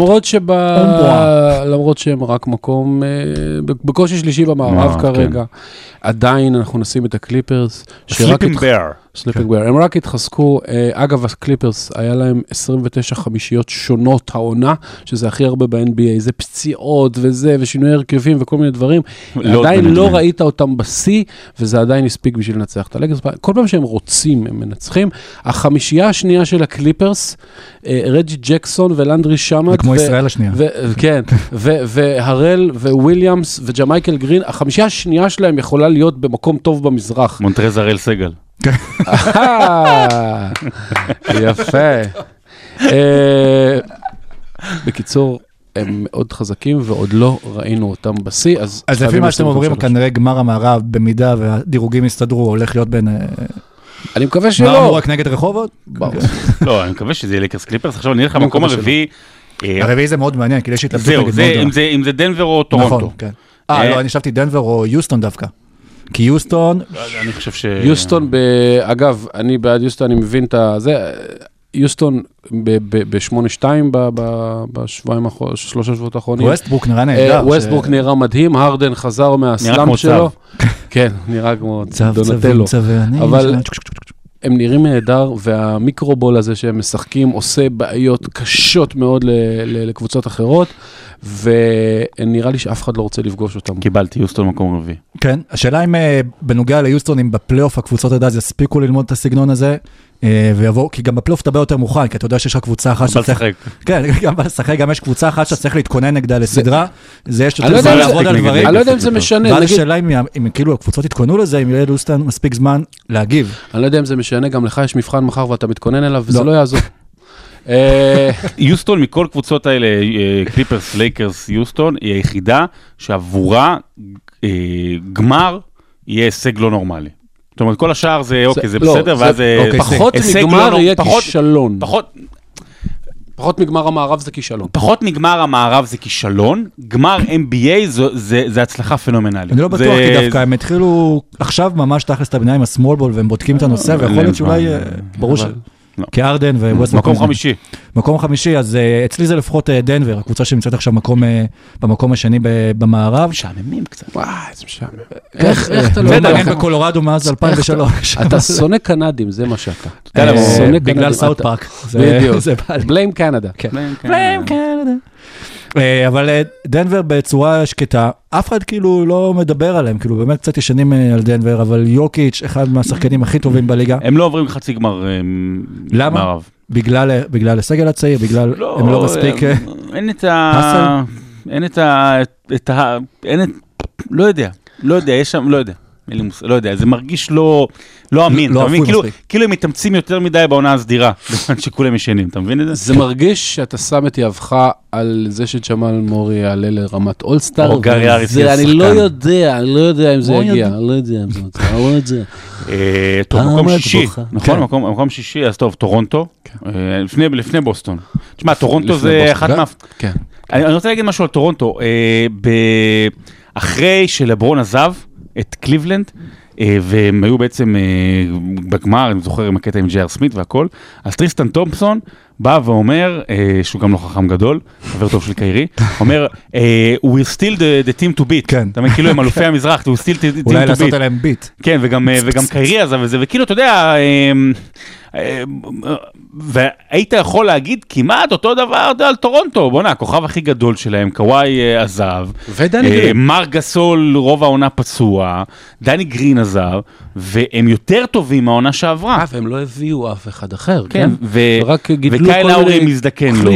למרות שהם רק מקום, בקושי שלישי במערב כרגע, עדיין אנחנו נשים את הקליפרס. סליפינג בר. סליפינג בר. הם רק התחזקו, אגב, הקליפרס, היה להם 29 חמישיות שונות העונה, שזה הכי הרבה ב-NBA, זה פציעות וזה, ושינוי הרכבים וכל מיני דברים. עדיין לא ראית אותם בסי, וזה עדיין הספיק בשביל לנצח את הלקרס. כל פעם שהם רוצים, הם מנצחים. החמישייה השנייה של הקליפרס, רג'י ג'קסון ולנדרי שמט. וכמו ישראל השנייה. כן, והרל וויליאמס וג'מייקל גרין, החמישייה השנייה שלהם יכולה להיות במקום טוב במזרח. מונטרז הראל סגל. יפה. בקיצור, הם מאוד חזקים ועוד לא ראינו אותם בשיא, אז לפי מה שאתם אומרים, כנראה גמר המערב, במידה והדירוגים יסתדרו, הולך להיות בין... אני מקווה מה שלא. אמרו רק נגד רחובות? לא, אני מקווה שזה יהיה לייקרס קליפרס. עכשיו אני אלך למקום הרביעי. הרביעי זה מאוד מעניין, כי יש התלבטות נגד מאוד. אם זה דנבר או טורונטו. נכון, כן. לא, אני חשבתי דנבר או יוסטון דווקא. כי יוסטון... אני חושב ש... יוסטון, אגב, אני בעד יוסטון, אני מבין את זה, יוסטון ב-8-2 בשבועיים, 3 שבועות האחרונים. ווסטברוק נראה נהדר. ווסטברוק נראה מדהים, הרדן חזר מהסלאמפ שלו. כן, נראה כמו דונטלו. אבל הם נראים נהדר, והמיקרובול הזה שהם משחקים עושה בעיות קשות מאוד לקבוצות אחרות, ונראה לי שאף אחד לא רוצה לפגוש אותם. קיבלתי יוסטון מקום רביעי. כן, השאלה אם בנוגע ליוסטון, אם בפלייאוף הקבוצות עד אז יספיקו ללמוד את הסגנון הזה, ויבואו, כי גם בפלייאוף אתה בא יותר מוכן, כי אתה יודע שיש לך קבוצה אחת שצריך... כן, גם לשחק, גם יש קבוצה אחת שצריך להתכונן נגדה לסדרה, זה יש יותר זמן לעבוד על דברים. אני לא יודע אם זה משנה. ועל השאלה אם כאילו הקבוצות התכוננו לזה, אם יהיה ליוסטון מספיק זמן להגיב. אני לא יודע אם זה משנה, גם לך יש מבחן מחר ואתה מתכונן אליו, וזה לא יעזור. יוסטון מכל קבוצות האלה, קליפרס, לייקרס, יוסטון, היא היחידה שעבורה גמר יהיה הישג לא נורמלי. זאת אומרת, כל השאר זה אוקיי, זה בסדר, ואז פחות מגמר יהיה כישלון. פחות מגמר המערב זה כישלון. פחות מגמר המערב זה כישלון, גמר NBA זה הצלחה פנומנלית. אני לא בטוח, כי דווקא הם התחילו עכשיו ממש תכלס את הבנייה עם הסמול בול, והם בודקים את הנושא, ויכול להיות שאולי ברור ש... כארדן וווסטברוק. מקום חמישי. מקום חמישי, אז אצלי זה לפחות דנבר, הקבוצה שנמצאת עכשיו במקום השני במערב. משעממים קצת. וואי, זה משעמם. איך אתה לא... הם בקולורדו מאז 2003. אתה שונא קנדים, זה מה שאתה. בגלל סאוט פארק. בדיוק. בליים קנדה. בליים קנדה. אבל דנבר בצורה שקטה, אף אחד כאילו לא מדבר עליהם, כאילו באמת קצת ישנים על דנבר, אבל יוקיץ' אחד מהשחקנים הכי טובים בליגה. הם לא עוברים חצי גמר מערב. למה? בגלל הסגל הצעיר, בגלל הם לא מספיק... לא יודע, יש שם, לא יודע, זה מרגיש לא אמין, אתה מבין? כאילו הם מתאמצים יותר מדי בעונה הסדירה, בזמן שכולם ישנים, אתה מבין את זה? זה מרגיש שאתה שם את יהבך על זה שג'מאל מורי יעלה לרמת אולסטאר, או גארי האריס יהיה שחקן. אני לא יודע אם זה יגיע, אני לא יודע אם זה טוב, מקום שישי, נכון? מקום שישי, אז טוב, טורונטו, לפני בוסטון. תשמע, טורונטו זה אחת מה... אני רוצה להגיד משהו על טורונטו, אחרי שלברון עזב את קליבלנד, והם היו בעצם בגמר, אני זוכר עם הקטע עם ג'ייר סמית והכל, אז טריסטן תומפסון בא ואומר, שהוא גם לא חכם גדול, חבר טוב של קיירי, אומר, we're still the team to beat, אתה מבין, כאילו הם אלופי המזרח, we're still the team to beat. אולי לעשות עליהם ביט. כן, וגם קיירי עזב וזה, וכאילו, אתה יודע, והיית יכול להגיד כמעט אותו דבר על טורונטו, בוא'נה, הכוכב הכי גדול שלהם, קוואי עזב, מר גסול רוב העונה פצוע, דני גרין עזב, והם יותר טובים מהעונה שעברה. והם לא הביאו אף אחד אחר, כן? וקייל לאורי מזדקן לו,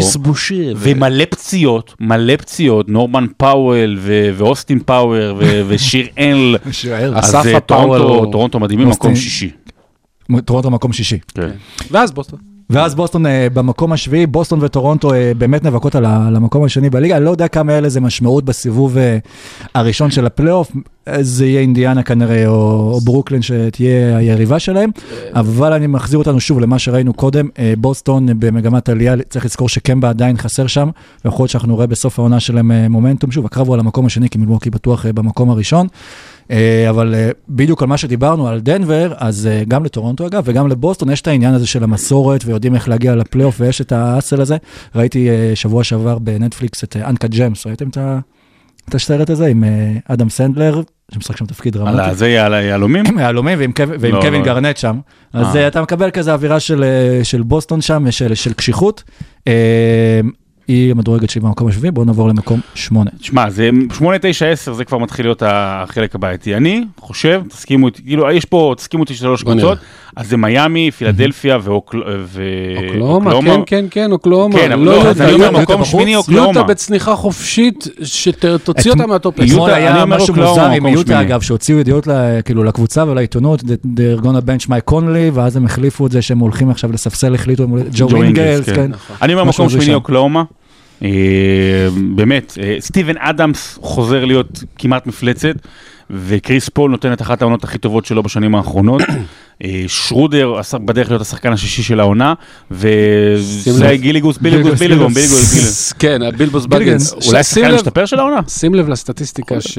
ומלא פציעות, נורמן פאוול ואוסטין פאוור ושיר אל, אז טורונטו מדהימים מקום שישי. טורונטו מקום שישי. ואז בוסטון במקום השביעי, בוסטון וטורונטו באמת נאבקות על המקום השני בליגה, אני לא יודע כמה אלה זה משמעות בסיבוב הראשון של הפלייאוף, זה יהיה אינדיאנה כנראה, או ברוקלין שתהיה היריבה שלהם, אבל אני מחזיר אותנו שוב למה שראינו קודם, בוסטון במגמת עלייה, צריך לזכור שקמבה עדיין חסר שם, ויכול להיות שאנחנו נראה בסוף העונה שלהם מומנטום, שוב, הקרב הוא על המקום השני, כי מילווקי בטוח במקום הראשון, אבל בדיוק על מה שדיברנו על דנבר, אז גם לטורונטו אגב, וגם לבוסטון יש את העניין הזה של המסורת, ויודעים איך להגיע לפלייאוף, ויש את האסל הזה. ראיתי שבוע שעבר בנטפליקס את אנקה ג'מס, ראיתם את השטרת הזה עם אדם סנדלר, שמשחק שם תפקיד דרמטי. על זה יהלומים? יהלומים, ועם קווין גרנט שם. אז אתה מקבל כזה אווירה של בוסטון שם, של קשיחות. היא מדורגת שהיא במקום השביעי, בואו נעבור למקום 8. תשמע, זה 8, 9, 10, זה כבר מתחיל להיות החלק הבעייתי. אני חושב, תסכימו אותי, כאילו, יש פה, תסכימו אותי 3 קבוצות, אז זה מיאמי, פילדלפיה אוקלאומה, כן, אוקלאומה. כן, אבל לא, אז אני אומר, מקום שמיני אוקלאומה. יוטה בצניחה חופשית, שתוציא אותה מהטופ. אתמול היה משהו מוזר עם יוטה, אגב, שהוציאו ידיעות לקבוצה ולעיתונות, they're gonna bench Mike Conley, ואז הם החליפו את זה שהם הולכים עכשיו לספסל, החליטו ג'ו אינגלס, כן. אני אומר, מקום שמיני אוקלאומה. באמת, סטיבן אדמס חוזר להיות כמעט מפלצת, וקריס פול נותן את אחת העונות הכי טובות שלו בשנים האחרונות. שרודר בדרך להיות השחקן השישי של העונה, וזה גיליגוס, בילגוס. כן, בילבוס בגנס. אולי השחקן משתפר של העונה? שים לב לסטטיסטיקה של...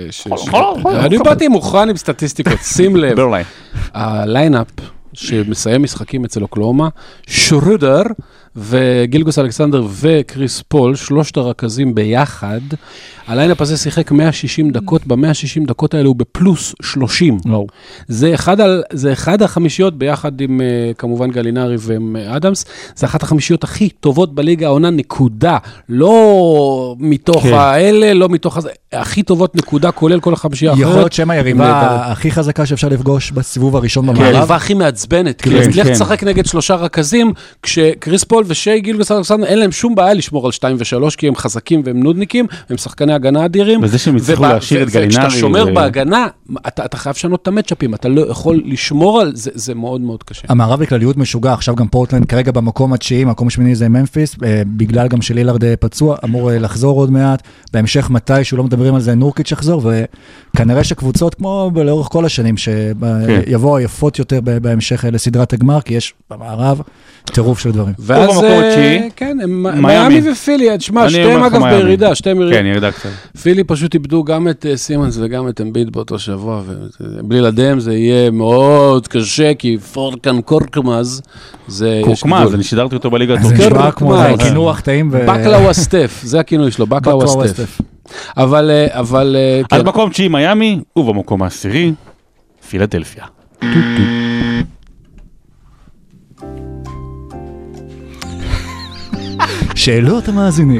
אני באתי מוכן עם סטטיסטיקות, שים לב. הליינאפ שמסיים משחקים אצל אוקלאומה, שרודר וגילגוס אלכסנדר וקריס פול, 3 הרכזים ביחד, הליינאפ הזה שיחק 160 דקות, ב-160 דקות האלה הוא בפלוס 30. זה אחד החמישיות ביחד עם כמובן גלינרי ועם אדמס, זה אחת החמישיות הכי טובות בליגה העונה, נקודה. לא מתוך האלה, לא מתוך הזה, הכי טובות נקודה, כולל כל החמישייה האחרת. יכול להיות שמה היריבה הכי חזקה שאפשר לפגוש בסיבוב הראשון במערב. היריבה הכי מעצבנת, כי לך תשחק נגד 3 רכזים, כשקריס פול ושי גילגוס אלכסנדר, אין להם שום בעיה לשמור על 2 ו-3, כי הם חזקים והם נודניקים, הם שחקני הגנה אדירים. וזה שהם יצטרכו להשאיר את גלינרי. וכשאתה שומר בהגנה, אתה חייב לשנות את המצ'אפים, אתה לא יכול לשמור על זה, זה מאוד מאוד קשה. המערב בכלליות משוגע, עכשיו גם פורטלנד כרגע במקום התשיעי, מקום השמיני זה ממפיס, בגלל גם שלילארד פצוע, אמור לחזור עוד מעט, בהמשך מתי שהוא לא מדברים על זה, נורקיץ' יחזור, וכנראה שקבוצות כמו לאורך כל השנים, שיבואו עייפות יותר בהמשך לסדרת הגמר, כי יש במערב טירוף של דברים. ואז, כן, מיאמי ופילי, תשמע, שתיהם אגב בירידה, כן, ירידה קצת. פילי פשוט איבדו גם את סימנס וגם את אמביד באותו שבוע, ובלי לדם זה יהיה מאוד קשה, כי פורקן קורקמאז, זה... קורקמאז, אני שידרתי אותו בליגה הטורקית. זה נשמע כמו כינוח טעים ו... בקלאו הסטף, זה הכינוי שלו, בקלאו הסטף. אבל... אז מקום 9 מיאמי, ובמקום העשירי, פילדלפיה. שאלות המאזינים.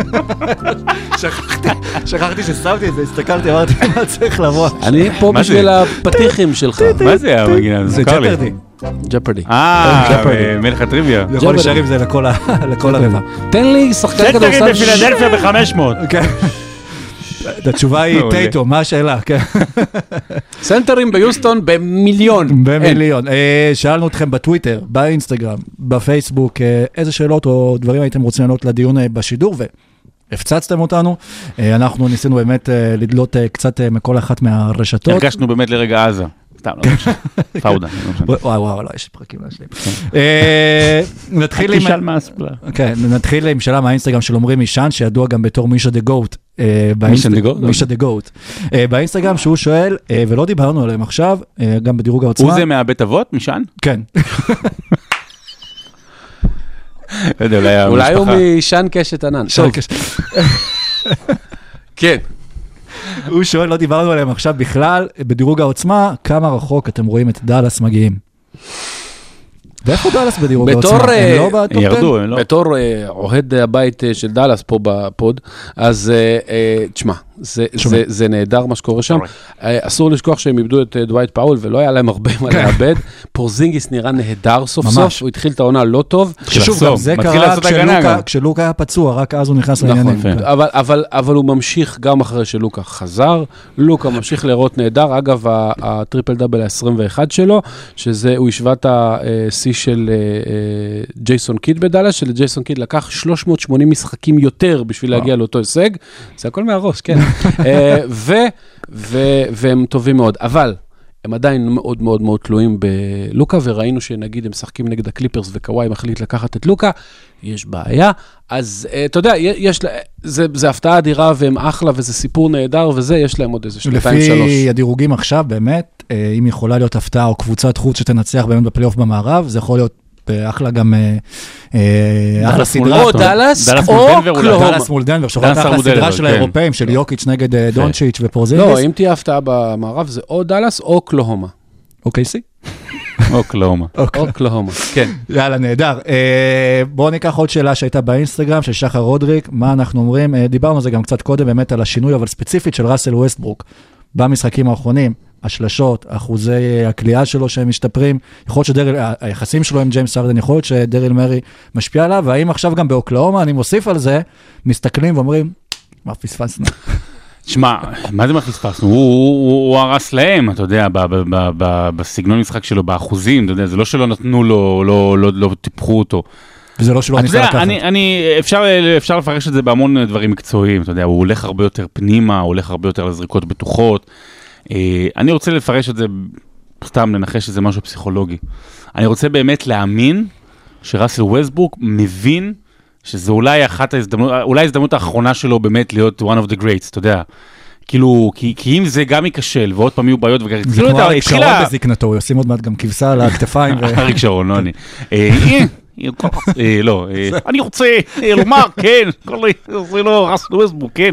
שכחתי ששמתי את זה, הסתכלתי, אמרתי, מה צריך לבוא? אני פה בשביל הפתיחים שלך. מה זה המגינה? זה ג'פרדי. ג'פרדי. מלך הטריוויה. יכול להישאר עם זה לכל הרבע. תן לי שחקן כדורסל בפילדלפיה ב-500. התשובה היא טייטו, מה השאלה? סנטרים ביוסטון במיליון. במיליון. שאלנו אתכם בטוויטר, באינסטגרם, בפייסבוק, איזה שאלות או דברים הייתם רוצים לענות לדיון בשידור, והפצצתם אותנו. אנחנו ניסינו באמת לדלות קצת מכל אחת מהרשתות. הרגשנו באמת לרגע עזה. סתם, לא משנה. פאודה. וואו, לא, יש פרקים להשלים. נתחיל עם שאלה מהאינסטגרם של עומרי מישן, שידוע גם בתור מישה דה גוט. מישה דה גוט. באינסטגרם שהוא שואל, ולא דיברנו עליהם עכשיו, גם בדירוג העוצמה. הוא זה מהבית אבות, מישן? כן. אולי הוא מישן קשת ענן. כן. הוא שואל, לא דיברנו עליהם עכשיו בכלל, בדירוג העוצמה, כמה רחוק אתם רואים את דלס מגיעים? ואיפה דלס בדירוג העוצמה? הם לא בטופ 10? בתור אוהד הבית של דלס פה בפוד, אז תשמע, זה נהדר מה שקורה שם. אסור לשכוח שהם איבדו את דווייט פאול, ולא היה להם הרבה מה לאבד. פורזינגיס נראה נהדר סוף סוף, הוא התחיל את העונה לא טוב. שוב, גם זה קרה כשלוקה היה פצוע, רק אז הוא נכנס לעניינים. אבל הוא ממשיך גם אחרי שלוקה חזר, לוקה ממשיך לראות נהדר, אגב, הטריפל דאבל ה-21 שלו, שזה, הוא השווה את השיא של ג'ייסון קיד בדאלאס, שלג'ייסון קיד לקח 380 משחקים יותר בשביל להגיע לאותו הישג, זה הכל מהראש, כן. והם טובים מאוד, אבל הם עדיין מאוד מאוד מאוד תלויים בלוקה, וראינו שנגיד הם משחקים נגד הקליפרס וקוואי מחליט לקחת את לוקה, יש בעיה, אז אתה יודע, זה הפתעה אדירה והם אחלה וזה סיפור נהדר וזה, יש להם עוד איזה 2-3. לפי הדירוגים עכשיו, באמת, אם יכולה להיות הפתעה או קבוצת חוץ שתנצח באמת בפלייאוף במערב, זה יכול להיות אחלה גם, אחלה סדרה. או דלס או קלהומה. דלס מול דנבר, שוכרת אחלה סדרה של האירופאים, של יוקיץ' נגד דונצ'יץ' ופורזינגיס. לא, אם תהיה הפתעה במערב, זה או דלס או קלהומה. אוקיי, סי. אוקלהומה. אוקלהומה, כן. יאללה, נהדר. בואו ניקח עוד שאלה שהייתה באינסטגרם, של שחר רודריק, מה אנחנו אומרים? דיברנו על זה גם קצת קודם, באמת על השינוי, אבל ספציפית של ראסל ווסטברוק, במשחקים האחרונים, השלשות, אחוזי הקליעה שלו שהם משתפרים, יכול להיות היחסים שלו עם ג'יימס הרדן, יכול להיות שדריל מרי משפיע עליו, והאם עכשיו גם באוקלהומה, אני מוסיף על זה, מסתכלים ואומרים, מה פספסנו? תשמע, מה זה מה פספסנו? הוא הרס להם, אתה יודע, בסגנון משחק שלו, באחוזים, אתה יודע, זה לא שלא נתנו לו, לא טיפחו אותו. וזה לא שלא ניסה לקחת. אפשר לפרש את זה בהמון דברים מקצועיים, אתה יודע, הוא הולך הרבה יותר פנימה, הוא הולך הרבה יותר לזריקות בטוחות. אני רוצה לפרש את זה, סתם לנחש שזה משהו פסיכולוגי. אני רוצה באמת להאמין שראסל ווסטברוק מבין שזה אולי אולי ההזדמנות האחרונה שלו באמת להיות one of the greats, אתה יודע. כאילו, כי אם זה גם ייכשל, ועוד פעם יהיו בעיות, זה כמו אריק שרון בזקנתו, הוא ישים עוד מעט גם כבשה על הכתפיים. אריק שרון, לא אני. לא, אני רוצה לומר, כן, זה לא ראסל ווסטברוק, כן.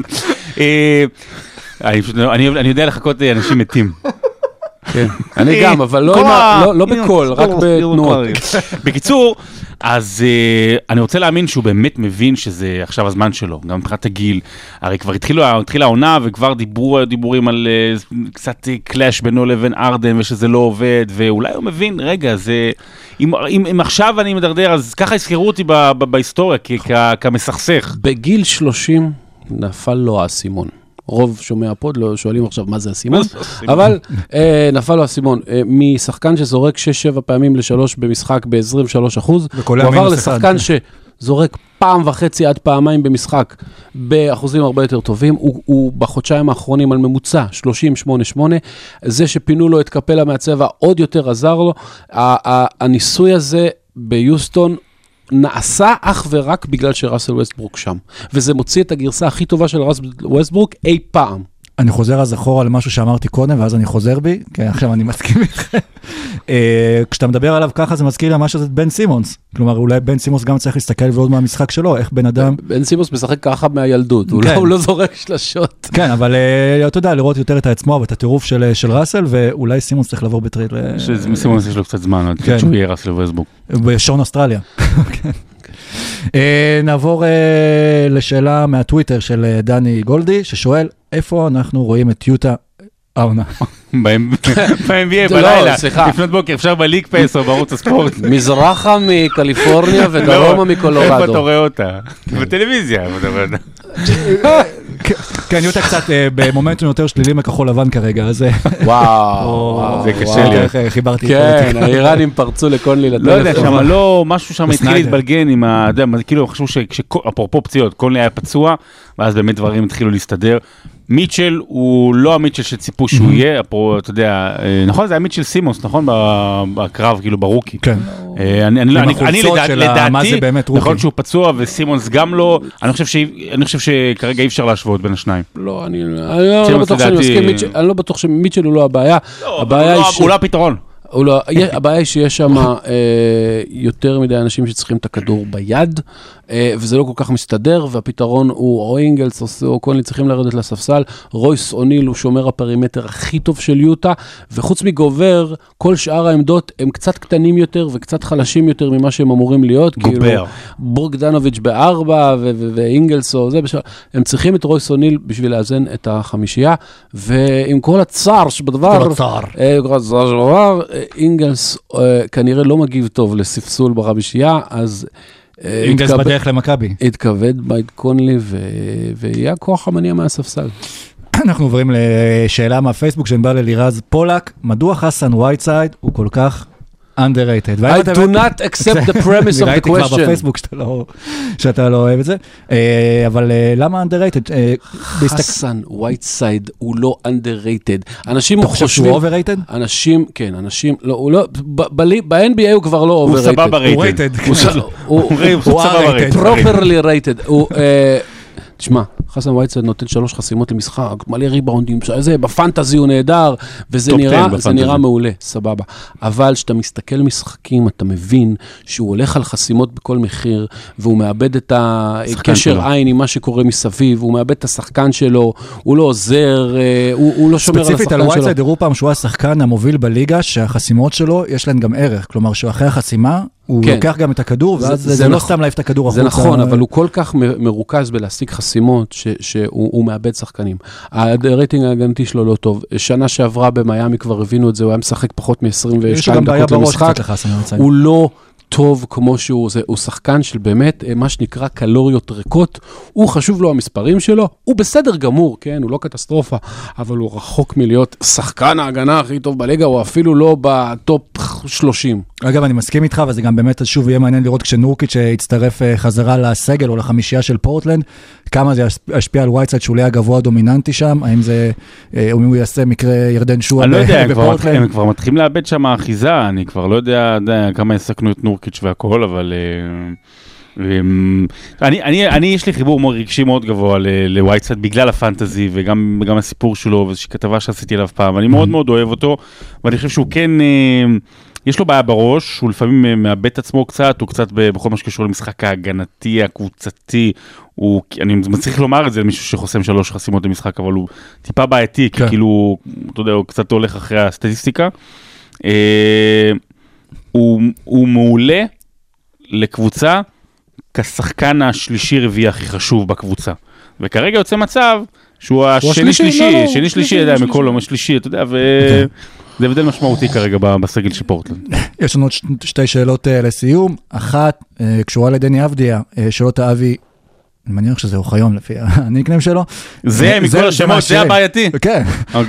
אני יודע לחכות אנשים מתים. כן, אני גם, אבל לא בקול, רק בתנועות. בקיצור, אז אני רוצה להאמין שהוא באמת מבין שזה עכשיו הזמן שלו, גם מבחינת הגיל. הרי כבר התחילה העונה וכבר דיבורים על קצת קלאש בינו לבין ארדן ושזה לא עובד, ואולי הוא מבין, רגע, אם עכשיו אני מדרדר, אז ככה הזכירו אותי בהיסטוריה כמסכסך. בגיל 30 נפל לו האסימון. רוב שומע פוד, לא שואלים עכשיו מה זה הסימון, אבל נפל לו הסימון, משחקן שזורק 6-7 פעמים ל3 במשחק ב-23%, הוא עבר לשחקן שזורק פעם וחצי עד פעמיים במשחק, באחוזים הרבה יותר טובים, הוא בחודשיים האחרונים על ממוצע 30-8-8, זה שפינו לו את קפלה מהצבע עוד יותר עזר לו, הניסוי הזה ביוסטון, נעשה אך ורק בגלל שראסל ווסטברוק שם. וזה מוציא את הגרסה הכי טובה של ראסל ווסטברוק אי פעם. אני חוזר אז אחורה למשהו שאמרתי קודם, ואז אני חוזר בי, כי עכשיו אני מסכים איתכם. כשאתה מדבר עליו ככה, זה מזכיר לי משהו זה בן סימונס. כלומר, אולי בן סימונס גם צריך להסתכל ולעוד מהמשחק שלו, איך בן אדם... בן סימונס משחק ככה מהילדות, הוא לא זורק שלשות. כן, אבל אתה יודע, לראות יותר את העצמו ואת הטירוף של ראסל, ואולי סימונס צריך לעבור בטרייד. סימונס יש לו קצת זמן, שהוא יהיה ראסל ווסטברוק. בשעון אוסטרליה. נעבור לשאלה מהטוויטר של דני גולדי, ששואל, איפה אנחנו רואים את יוטה העונה? ב-NBA בלילה, לפנות בוקר, אפשר בליג פייס או בערוץ הספורט. מזרחה מקליפורניה ודרומה מקולורדו. איפה אתה רואה אותה? בטלוויזיה, איפה אתה רואה אותה? כן, יוטה קצת במומנטום יותר שלילי מכחול לבן כרגע, אז... וואו, זה קשה לי. חיברתי. כן, האיראנים פרצו לקונלי לטלפון. לא יודע, שם לא, משהו שם התחיל להתבלגן עם ה... כאילו, חשבו שאפרופו פציעות, קונלי היה פצוע, ואז באמת דברים התחילו להסתדר. מיטשל הוא לא המיטשל שציפו שהוא יהיה, אתה יודע, נכון? זה היה מיטשל סימונס, נכון? בקרב, כאילו ברוקי. כן. אני לדעתי, נכון שהוא פצוע וסימונס גם לא, אני חושב שכרגע אי אפשר להשוות בין השניים. לא, אני לא בטוח שאני מסכים, אני לא בטוח שמיטשל הוא לא הבעיה. הוא לא הפתרון. הבעיה היא שיש שם יותר מדי אנשים שצריכים את הכדור ביד, וזה לא כל כך מסתדר, והפתרון הוא או אינגלס או קונלי צריכים לרדת לספסל, רויס אוניל הוא שומר הפרימטר הכי טוב של יוטה, וחוץ מגובר, כל שאר העמדות הם קצת קטנים יותר וקצת חלשים יותר ממה שהם אמורים להיות, גובר. בורגדנוביץ' ב4 ואינגלס או זה, הם צריכים את רויס אוניל בשביל לאזן את החמישייה, ועם כל הצער שבדבר, אינגלס כנראה לא מגיב טוב לספסול בחמישייה, אז אינגלס בדרך למכבי. התכבד מייק קונלי ויהיה כוח המניע מהספסל. אנחנו עוברים לשאלה מהפייסבוק שבא ללירז פולק, מדוע חסן ווייטסייד הוא כל כך underrated? I do not accept the premise of the question. ראיתי כבר בפייסבוק שאתה לא אוהב את זה, אבל למה underrated? חסן ווייטסייד הוא לא underrated. אנשים אתה חושב שהוא overrated? אנשים, כן, אנשים, ב-NBA הוא כבר לא overrated. הוא סבבה rated. הוא properly rated. תשמע, חסן וייצד נותן 3 חסימות למשחק, מלא ריבאונדים, בפנטזי הוא נהדר, וזה נראה מעולה, סבבה. אבל כשאתה מסתכל משחקים, אתה מבין שהוא הולך על חסימות בכל מחיר, והוא מאבד את הקשר עין עם מה שקורה מסביב, הוא מאבד את השחקן שלו, הוא לא עוזר, הוא לא שומר על השחקן שלו. ספציפית על וייצד, הראו פעם שהוא השחקן המוביל בליגה, שהחסימות שלו יש להן גם ערך, כלומר שאחרי החסימה, הוא לוקח גם את את הכדור, ואז זה לא סתם להעיף את הכדור החוצה. זה נכון, אבל הוא כל כך מרוכז בלהשיג חסימות, שהוא מאבד שחקנים. הרייטינג ההגנתי שלו לא טוב. שנה שעברה במיימי כבר הבינו את זה, הוא היה משחק פחות מ-22 דקות למשחק. הוא לא טוב כמו שהוא, הוא שחקן של באמת, מה שנקרא קלוריות ריקות, הוא חשוב לו המספרים שלו, הוא בסדר גמור, כן, הוא לא קטסטרופה, אבל הוא רחוק מלהיות שחקן ההגנה הכי טוב בליגה, הוא אפילו לא בטופ 30. אגב, אני מסכים איתך, וזה גם באמת שוב יהיה מעניין לראות כשנורקיץ' יצטרף חזרה לסגל או לחמישייה של פורטלנד, כמה זה ישפיע על וייצד שהוא היה גבוה דומיננטי שם, האם זה, או אם הוא יעשה מקרה ירדן שועה בפורטלנד. הם כבר מתחילים לאבד שם האחיזה, אני כבר לא יודע כמה יסקנו את נורקיץ' והכל, אבל אני יש לי חיבור רגשי מאוד גבוה לווייצד בגלל הפנטזי וגם הסיפור שלו, וזו כתבה שעשיתי עליו פעם, אני מאוד מאוד אוהב אותו, ואני חושב שהוא כן, יש לו בעיה בראש, הוא לפעמים מאבד את עצמו קצת, הוא קצת בכל מה שקשור למשחק ההגנתי, הקבוצתי, אני מצליח לומר את זה למישהו שחוסם 3 חסימות למשחק, אבל הוא טיפה בעייתי, כי כאילו, אתה יודע, הוא קצת הולך אחרי הסטטיסטיקה. הוא מעולה לקבוצה כשחקן השלישי-רביעי הכי חשוב בקבוצה. וכרגע יוצא מצב שהוא השני-שלישי, מכל יום השלישי, אתה יודע, זה הבדל משמעותי כרגע בסגל של פורטלנד. יש לנו עוד 2 שאלות לסיום. אחת, קשורה לדני אבדיה, שאלות האבי, אני מניח שזה אוחיון לפי הניקניים שלו. זה מכל השמות, זה הבעייתי. כן.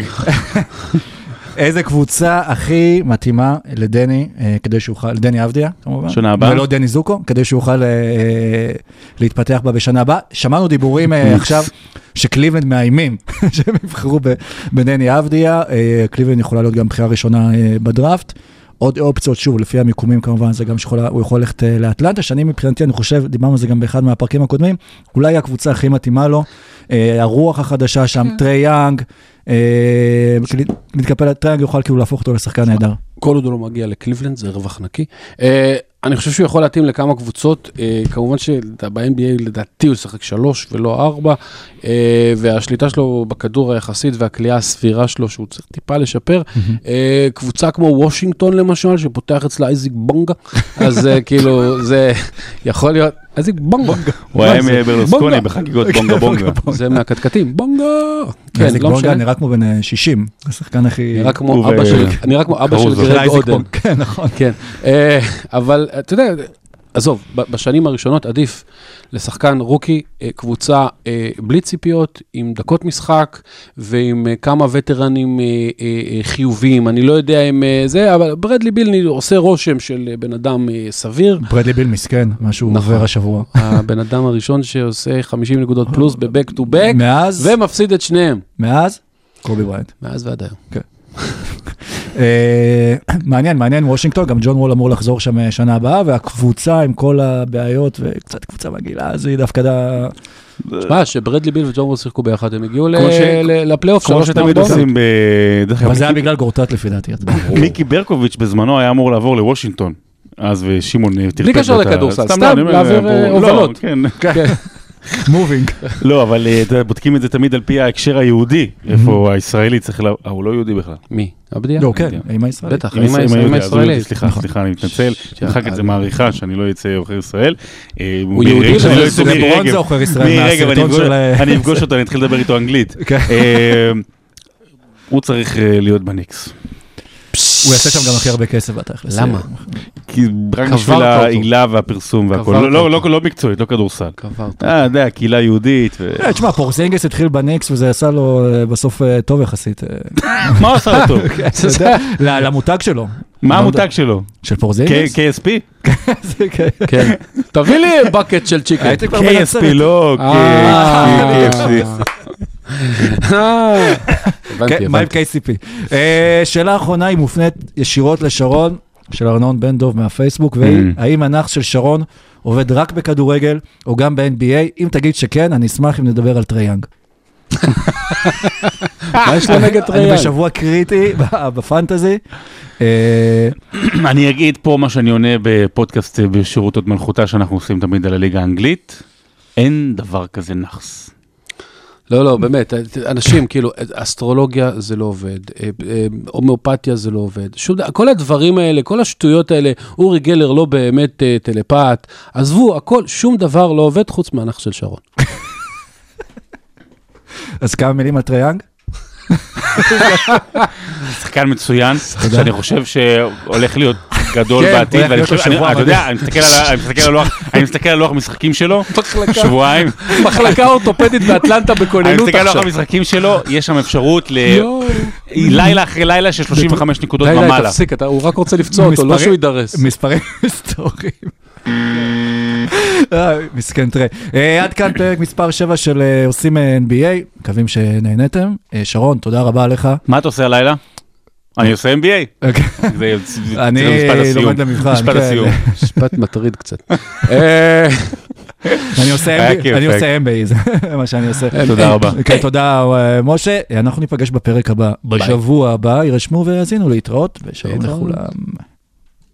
איזה קבוצה הכי מתאימה לדני, כדי שיוכל, לדני אבדיה, כמובן. שנה הבאה. ולא דני זוקו, כדי שיוכל להתפתח בה בשנה הבאה. שמענו דיבורים עכשיו שקליבלנד מאיימים, שהם יבחרו בדני אבדיה. קליבלנד יכולה להיות גם בחירה ראשונה בדראפט. עוד אופציות, שוב, לפי המיקומים כמובן, זה גם שהוא יכול ללכת לאטלנטה, שאני מבחינתי, אני חושב, דיברנו על זה גם באחד מהפרקים הקודמים, אולי הקבוצה הכי מתאימה לו, הרוח החדשה שם, טרי יאנג, מתקפל טרי יאנג יוכל כאילו להפוך אותו לשחקן נהדר. כל עוד הוא לא מגיע לקליבלנד, זה רווח נקי. אני חושב שהוא יכול להתאים לכמה קבוצות, כמובן שב-NBA לדעתי הוא שחק 3 ולא 4, והשליטה שלו בכדור היחסית והקליעה הסבירה שלו שהוא צריך טיפה לשפר, קבוצה כמו וושינגטון למשל, שפותח אצלה אייזיק בונגה, אז כאילו זה יכול להיות, אייזיק בונגה. הוא היה עם ברלוסקוני בחגיגות בונגה בונגה. זה מהקטקטים, בונגה. אייזיק בונגה נראה כמו בן 60, השחקן הכי... נראה כמו אבא של גרג אודן. כן, נכון. כן, אבל אתה יודע, עזוב, בשנים הראשונות עדיף לשחקן רוקי, קבוצה בלי ציפיות, עם דקות משחק, ועם כמה וטרנים חיוביים, אני לא יודע אם זה, אבל ברדלי ביל עושה רושם של בן אדם סביר. ברדלי ביל מסכן, משהו עובר השבוע. הבן אדם הראשון שעושה 50 נקודות פלוס בבק טו בק, ומפסיד את שניהם. מאז? קובי בריינט. מאז ועד היום. כן. מעניין, וושינגטון, גם ג'ון וול אמור לחזור שם שנה הבאה, והקבוצה עם כל הבעיות, וקצת קבוצה מגילה, זה דווקא תשמע, שברדלי ביל וג'ון וול שיחקו ביחד, הם הגיעו לפלייאוף, כמו שתמיד עושים אבל זה היה בגלל גורטט לפי דעתי. מיקי ברקוביץ' בזמנו היה אמור לעבור לוושינגטון, אז ושימון תרפד. בלי קשר לכדורסל, סתם להעביר הובלות. כן. מובינג. לא, אבל בודקים את זה תמיד על פי ההקשר היהודי, איפה הישראלי צריך הוא לא יהודי בכלל. מי? אבדיה? לא, כן, אימא ישראלית. בטח, אימא ישראלית. סליחה, אני מתנצל, שנחק את זה מעריכה, שאני לא יצא עוכר ישראל. הוא יהודי, לברון זה עוכר ישראל מהסרטון של... אני אפגוש אותו, אני אתחיל לדבר איתו אנגלית. הוא צריך להיות בניקס. הוא יעשה שם גם הכי הרבה כסף בתכלס. למה? כי רק בשביל העילה והפרסום והכל. לא מקצועית, לא כדורסל. יודע, הקהילה יהודית. תשמע, פורזינגס התחיל בניקס וזה עשה לו בסוף טוב יחסית. מה עשה לו טוב? למותג שלו. מה המותג שלו? של פורזינגס? KSP? כן. תביא לי בקט של צ'יקן. KSP, לא KFC. מה עם KCP? שאלה האחרונה היא מופנית ישירות לשרון, של ארנון בן דוב מהפייסבוק, והאם הנח של שרון עובד רק בכדורגל, או גם ב-NBA? אם תגיד שכן, אני אשמח אם נדבר על טרייאנג. מה יש לו נגד טרייאנג? אני בשבוע קריטי בפנטזי. אני אגיד פה מה שאני עונה בפודקאסט בשירות עוד מלכותה, שאנחנו עושים תמיד על הליגה האנגלית. אין דבר כזה נחס. לא, באמת, אנשים, כאילו, אסטרולוגיה זה לא עובד, הומאופתיה זה לא עובד, כל הדברים האלה, כל השטויות האלה, אורי גלר לא באמת טלפת, עזבו, הכל, שום דבר לא עובד חוץ מהנח של שרון. אז כמה מילים על טרייאנג? שחקן מצוין, שאני חושב שהולך להיות גדול בעתיד, ואני חושב, אתה יודע, אני מסתכל על לוח המשחקים שלו, שבועיים. מחלקה אורתופדית באטלנטה בכוננות עכשיו. אני מסתכל על לוח המשחקים שלו, יש שם אפשרות לילה אחרי לילה של 35 נקודות ומעלה. די, תפסיק, הוא רק רוצה לפצוע אותו, לא שהוא יידרס. מספרים היסטוריים. מסכן, תראה. עד כאן פרק מספר 7 של עושים NBA, מקווים שנהנתם. שרון, תודה רבה לך. מה אתה עושה הלילה? אני עושה NBA. אני לומד למבחן. משפט הסיום. משפט מטריד קצת. אני עושה NBA, זה מה שאני עושה. תודה רבה. תודה, משה. אנחנו ניפגש בפרק הבא. בשבוע הבא, ירשמו ויאזינו להתראות, ושלום לכולם.